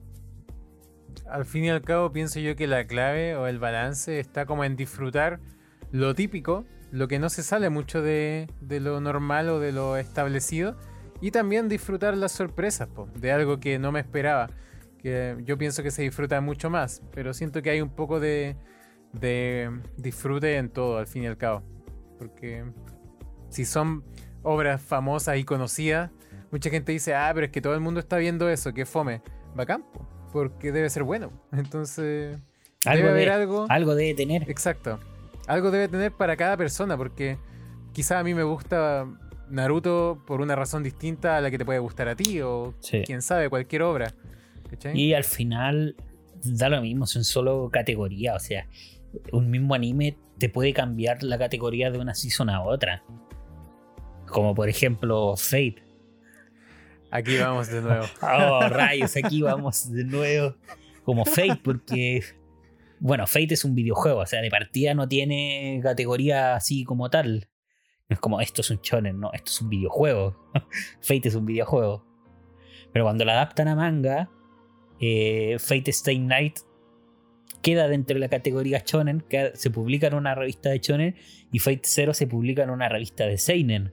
Al fin y al cabo pienso yo que la clave o el balance está como en disfrutar lo típico, lo que no se sale mucho de, de lo normal o de lo establecido, y también disfrutar las sorpresas, po, de algo que no me esperaba. Que yo pienso que se disfruta mucho más, pero siento que hay un poco de, de disfrute en todo, al fin y al cabo. Porque si son obras famosas y conocidas, mucha gente dice, ah, pero es que todo el mundo está viendo eso, que fome. Bacán, porque debe ser bueno. Entonces, algo debe haber de, algo. Algo debe tener. Exacto. Algo debe tener para cada persona, porque quizá a mí me gusta Naruto por una razón distinta a la que te puede gustar a ti, o sí, quién sabe, cualquier obra. ¿Cachai? Y al final da lo mismo, son solo categorías. O sea, un mismo anime te puede cambiar la categoría de una season a otra. Como por ejemplo Fate. Aquí vamos de nuevo. Oh, rayos, aquí vamos de nuevo. Como Fate, porque bueno, Fate es un videojuego, o sea, de partida no tiene categoría así como tal. No es como esto es un shonen, no, esto es un videojuego. Fate es un videojuego. Pero cuando la adaptan a manga, eh, Fate Stay Night queda dentro de la categoría shonen, que se publica en una revista de shonen, y Fate Zero se publica en una revista de seinen.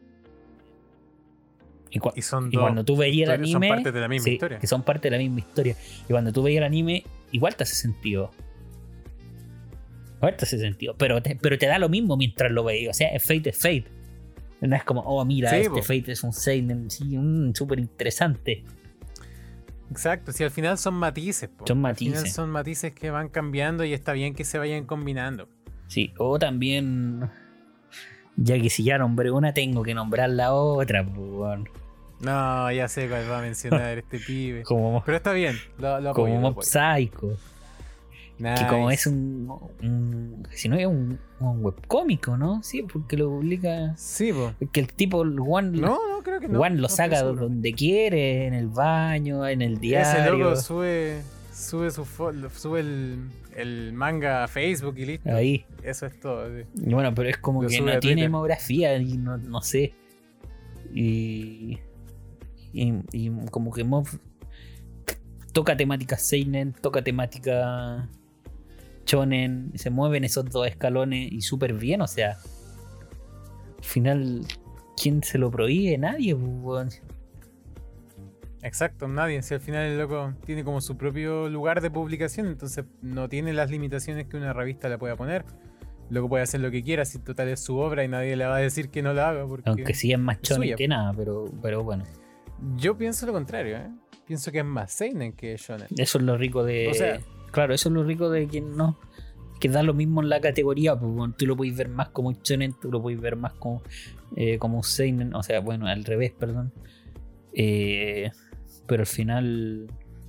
Y, cu- Y son y dos cuando tú veías el anime, son parte de la misma sí, historia. que son parte de la misma historia. Y cuando tú veías el anime, igual te hace sentido. Igual te hace sentido. Pero te, pero te da lo mismo mientras lo veías. O sea, Fate es Fate. No es como, oh, mira, Sí, este po. Fate es un seinen, sí, mm, súper interesante. Exacto, si al final son matices, po. Son Al final matices. son matices que van cambiando y está bien que se vayan combinando. Sí, o también, ya que si ya nombré una, tengo que nombrar la otra, pues, bueno. No, ya sé cuál va a mencionar este pibe. Como, Pero está bien, lo, lo apoyo, como lo Mob apoyo. Psycho. Nice. Que como es un, un si no es un, un webcómico, ¿no? Sí, porque lo publica. Sí, po. Que el tipo, el Juan, No, no, creo que no. Juan lo no saca estoy seguro. donde quiere, en el baño, en el Ese diario. loco sube, sube, su fo- sube el, el manga a Facebook y listo. Ahí. Eso es todo. Sí. Y bueno, pero es como Lo que sube no a tiene Twitter. demografía y no, no sé. Y, y, y como que Mob toca temática seinen, toca temática shonen, se mueven esos dos escalones y súper bien, o sea, al final, ¿quién se lo prohíbe? Nadie, pues, weón. Exacto, nadie. Si al final el loco tiene como su propio lugar de publicación, entonces no tiene las limitaciones que una revista le pueda poner. Luego puede hacer lo que quiera, si total es su obra y nadie le va a decir que no la haga. Porque Aunque sí es más es shonen suya. que nada, pero, pero bueno, Yo pienso lo contrario, ¿eh? Pienso que es más seinen que shonen. eso es lo rico de... O sea- claro, eso es lo rico de quien no... Que da lo mismo en la categoría, pues, bueno, tú lo puedes ver más como un shonen, tú lo puedes ver más como, eh, como un seinen, o sea, bueno, al revés, perdón. Eh, pero al final...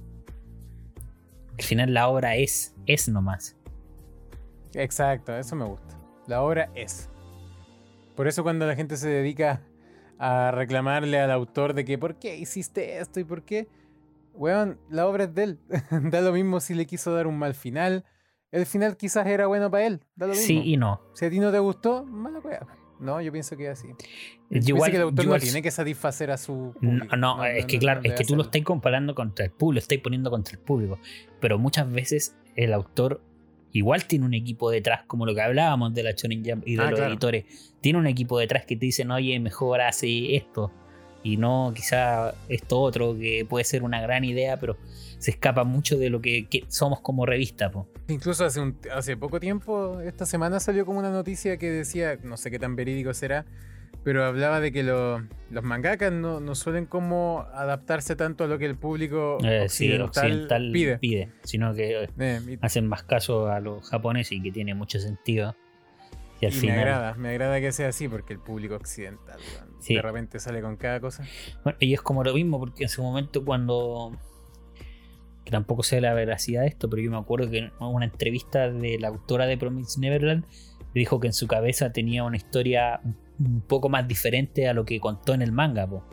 Al final la obra es, es nomás. Exacto, eso me gusta. La obra es. Por eso cuando la gente se dedica a reclamarle al autor de que ¿por qué hiciste esto y por qué? Weón, la obra es de él. Da lo mismo si le quiso dar un mal final. El final quizás era bueno para él. Da lo mismo. Sí y no. Si a ti no te gustó, mala wea. No, yo pienso que es así. Yo Yo igual, que el autor yo no igual- tiene que satisfacer a su No, público. no, es que claro, es que tú lo estás comparando contra el público, lo estás poniendo contra el público. Pero muchas veces el autor igual tiene un equipo detrás, como lo que hablábamos de la Shonen Jump y de Ah, los claro. editores. Tiene un equipo detrás que te dicen, oye, mejor hace esto. Y no quizá esto otro, que puede ser una gran idea, pero se escapa mucho de lo que, que somos como revista, po. Incluso hace, un, hace poco tiempo, esta semana salió como una noticia que decía, no sé qué tan verídico será, pero hablaba de que lo- los mangakas no, no suelen como adaptarse tanto a lo que el público Eh, sí, occidental, occidental pide. pide, sino que Eh, y hacen más caso a los japoneses y que tiene mucho sentido. Y al y final... me agrada, me agrada que sea así porque el público occidental weón, Sí. de repente sale con cada cosa. Bueno, y es como lo mismo, porque en su momento cuando... Que tampoco sé la veracidad de esto, pero yo me acuerdo que en una entrevista de la autora de Promised Neverland dijo que en su cabeza tenía una historia un poco más diferente a lo que contó en el manga, po.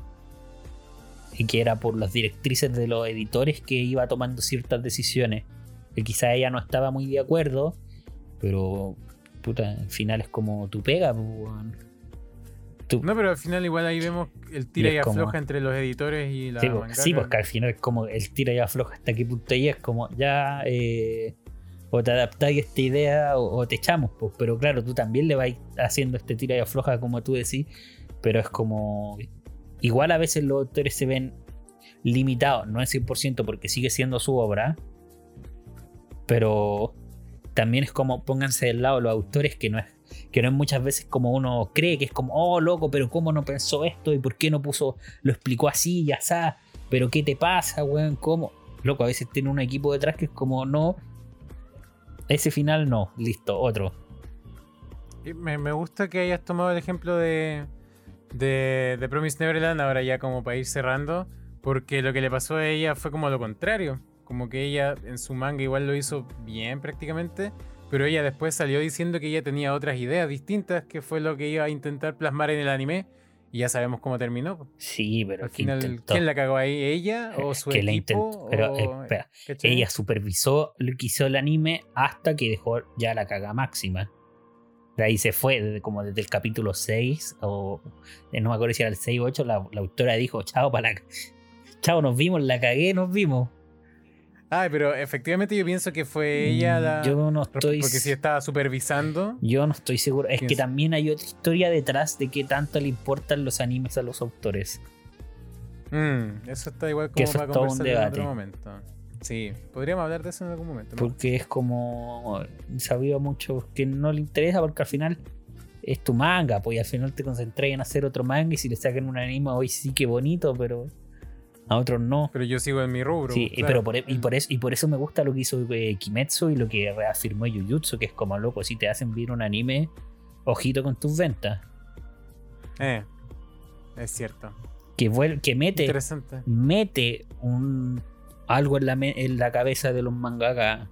Y que era por las directrices de los editores que iba tomando ciertas decisiones. Que quizá ella no estaba muy de acuerdo, pero puta, al final es como tu pega, po, weón. Tú- No, pero al final igual ahí vemos el tira Y y, es como- afloja entre los editores y la Sí, pues, mangaka. sí, porque al final es como el tira y afloja hasta qué punto ella es como ya eh, o te adaptáis a esta idea o, o te echamos, pues, pero claro, tú también le vas haciendo este tira y afloja como tú decís, pero es como igual a veces los autores se ven limitados, no es cien por ciento porque sigue siendo su obra, pero también es como pónganse del lado de los autores que no es que no es muchas veces como uno cree, que es como, oh loco, pero cómo no pensó esto y por qué no puso, lo explicó así y así, pero qué te pasa, weón, cómo, loco, a veces tiene un equipo detrás que es como, no, ese final no, listo, otro. Y Me, me gusta que hayas tomado el ejemplo de, de, de Promised Neverland, ahora ya como para ir cerrando, porque lo que le pasó a ella fue como lo contrario, como que ella en su manga igual lo hizo bien prácticamente, pero ella después salió diciendo que ella tenía otras ideas distintas, que fue lo que iba a intentar plasmar en el anime, y ya sabemos cómo terminó. po. Sí, pero Al que final, intentó. ¿quién la cagó ahí? ¿Ella o su Que la equipo? intentó, pero, eh, o- espera, ¿cachai? ella supervisó lo que hizo el anime hasta que dejó ya la caga máxima. De ahí se fue, desde, como desde el capítulo seis, o eh, no me acuerdo si era el seis o ocho, la, la autora dijo, chao, para la... chao, nos vimos, la cagué, nos vimos. Ay, pero efectivamente yo pienso que fue ella la... Yo no estoy... Porque si estaba supervisando... Yo no estoy seguro. Es que Pienso. también hay otra historia detrás de qué tanto le importan los animes a los autores. Mm, eso está igual Que como eso para es todo un conversar en debate. otro momento. Sí, podríamos hablar de eso en algún momento. ¿no? Porque es como... Sabía mucho que no le interesa porque al final es tu manga, pues y al final te concentras en hacer otro manga y si le sacan un anime hoy sí que bonito, pero a otros no. Pero yo sigo en mi rubro. Sí, claro. pero por, e- y, por eso, y por eso me gusta lo que hizo eh, Kimetsu y lo que reafirmó Jujutsu, que es como loco, si te hacen ver un anime, ojito con tus ventas. Eh, es cierto. Que, vuel- que mete, Interesante. mete un, algo en la, me- en la cabeza de los mangakas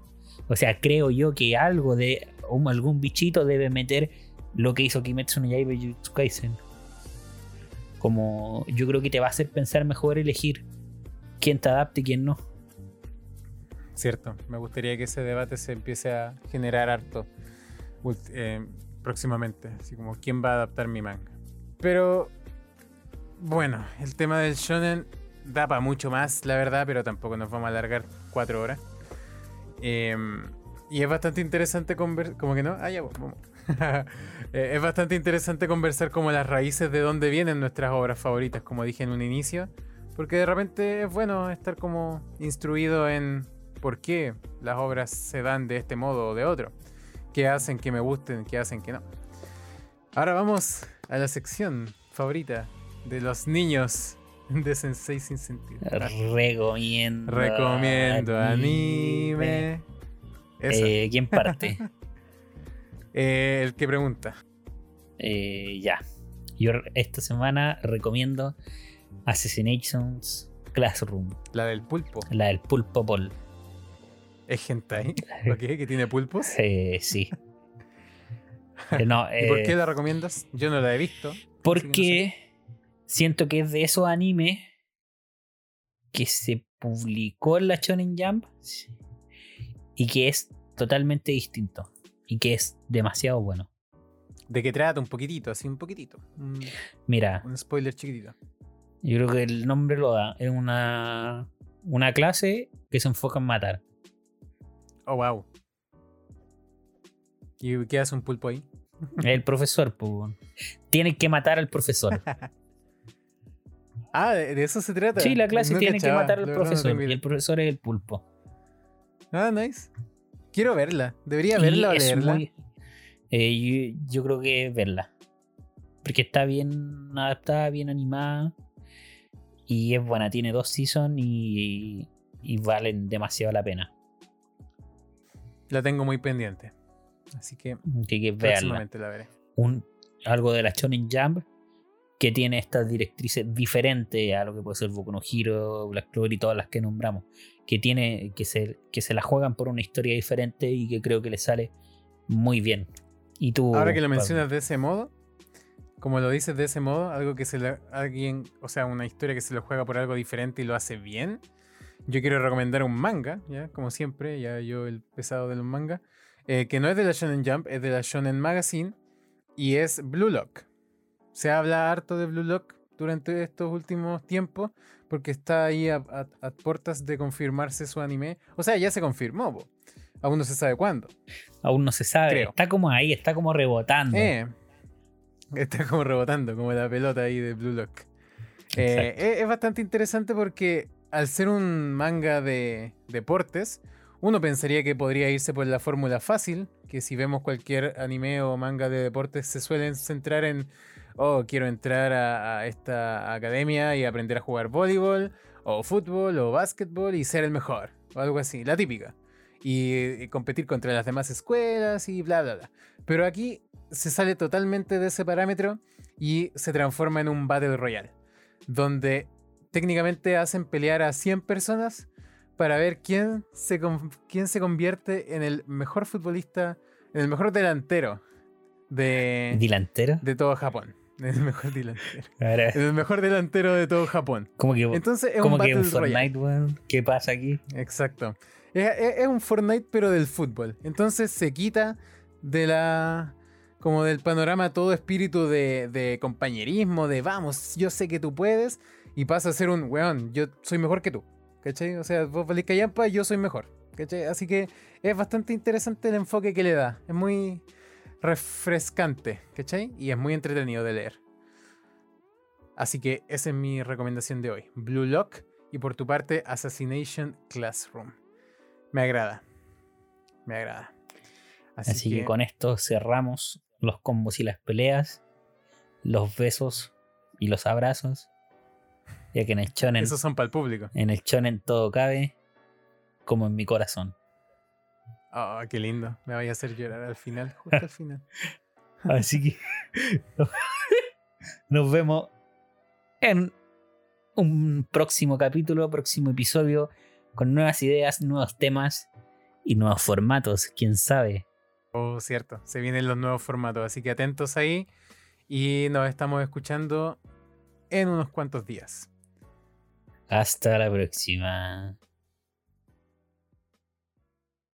O sea, creo yo que algo de um, algún bichito debe meter lo que hizo Kimetsu no Yaiba y Jujutsu Kaisen. Como yo creo que te va a hacer pensar mejor elegir quién te adapte y quién no. Cierto, me gustaría que ese debate se empiece a generar harto eh, próximamente, así como quién va a adaptar mi manga. Pero bueno, el tema del shonen da para mucho más, la verdad, pero tampoco nos vamos a alargar cuatro horas. Eh, y es bastante interesante conversar, como que no, ah, ya, vamos. eh, es bastante interesante conversar como las raíces de dónde vienen nuestras obras favoritas, como dije en un inicio, porque de repente es bueno estar como instruido en por qué las obras se dan de este modo o de otro, qué hacen que me gusten, qué hacen que no. Ahora vamos a la sección favorita de los niños de Sensei Sin Sentido. Recomiendo. Recomiendo anime. anime. Eh, ¿Quién parte? eh, el que pregunta. Eh, ya. Yo esta semana recomiendo Assassinations Classroom. La del pulpo. La del pulpo Paul. ¿Es hentai? ¿Lo que? ¿Que tiene pulpos? Eh, sí. Eh, no, ¿Y por eh, qué la recomiendas? Yo no la he visto. Porque no sé. Siento que es de esos animes que se publicó en la Shonen Jump y que es totalmente distinto y que es demasiado bueno. ¿De qué trata? Un poquitito, así un poquitito. Un, Mira, un spoiler chiquitito. Yo creo que el nombre lo da. Es una, una clase que se enfoca en matar. Oh, wow. ¿Y qué hace un pulpo ahí? El profesor, pues. Tienen que matar al profesor. Ah, ¿de, de eso se trata? Sí, la clase no tiene cachaba, que matar al no profesor. no y el profesor es el pulpo. Ah, nice. Quiero verla. Debería verla y o leerla. Muy, eh, yo, yo creo que verla. Porque está bien adaptada, bien animada. Y es buena. Tiene dos seasons y, y valen demasiado la pena. La tengo muy pendiente. Así que, que, que próximamente la veré. Un, algo de la Shonen Jump que tiene estas directrices diferentes a lo que puede ser Boku no Hero, Black Clover y todas las que nombramos, que tiene que se, que se la juegan por una historia diferente y que creo que le sale muy bien. Y tú, ahora que lo mencionas Pablo, de ese modo, como lo dices de ese modo, algo que se le, alguien, o sea, una historia que se lo juega por algo diferente y lo hace bien. Yo quiero recomendar un manga, ya, como siempre, ya yo el pesado de los mangas, eh, que no es de la Shonen Jump, es de la Shonen Magazine y es Blue Lock. Se habla harto de Blue Lock durante estos últimos tiempos porque está ahí a, a, a puertas de confirmarse su anime. O sea, ya se confirmó, po. Aún no se sabe cuándo. Aún no se sabe, creo. Está como ahí, está como rebotando. Eh, está como rebotando, como la pelota ahí de Blue Lock. Eh, es, es bastante interesante porque al ser un manga de deportes, uno pensaría que podría irse por la fórmula fácil, que si vemos cualquier anime o manga de deportes se suelen centrar en, oh, quiero entrar a, a esta academia y aprender a jugar voleibol, o fútbol, o básquetbol y ser el mejor, o algo así, la típica. Y, y competir contra las demás escuelas y bla, bla, bla. Pero aquí se sale totalmente de ese parámetro y se transforma en un Battle Royale, donde técnicamente hacen pelear a cien personas para ver quién se, quién se convierte en el mejor futbolista, en el mejor delantero de, ¿Delantero? de todo Japón. En el mejor delantero. En el mejor delantero de todo Japón. ¿Cómo que, Entonces es ¿cómo un que Battle un Fortnite, Royale. Weón? ¿Qué pasa aquí? Exacto. Es, es, es un Fortnite pero del fútbol. Entonces se quita de la... como del panorama todo espíritu de, de compañerismo, de vamos, yo sé que tú puedes, y pasa a ser un, weón, yo soy mejor que tú, ¿cachai? O sea, vos valís callampa, yo soy mejor, ¿cachai? Así que es bastante interesante el enfoque que le da, es muy refrescante, ¿cachai? Y es muy entretenido de leer. Así que esa es mi recomendación de hoy, Blue Lock, y por tu parte, Assassination Classroom. Me agrada, me agrada. Así, Así que... que con esto cerramos los combos y las peleas, los besos y los abrazos, ya que en el shonen... Esos son para el público. En el shonen todo cabe, como en mi corazón. Oh, qué lindo. Me vaya a hacer llorar al final, justo al final. Así que nos vemos en un próximo capítulo, próximo episodio, con nuevas ideas, nuevos temas Y nuevos formatos, quién sabe. Oh, cierto, se vienen los nuevos formatos, así que atentos ahí y nos estamos escuchando en unos cuantos días. Hasta la próxima.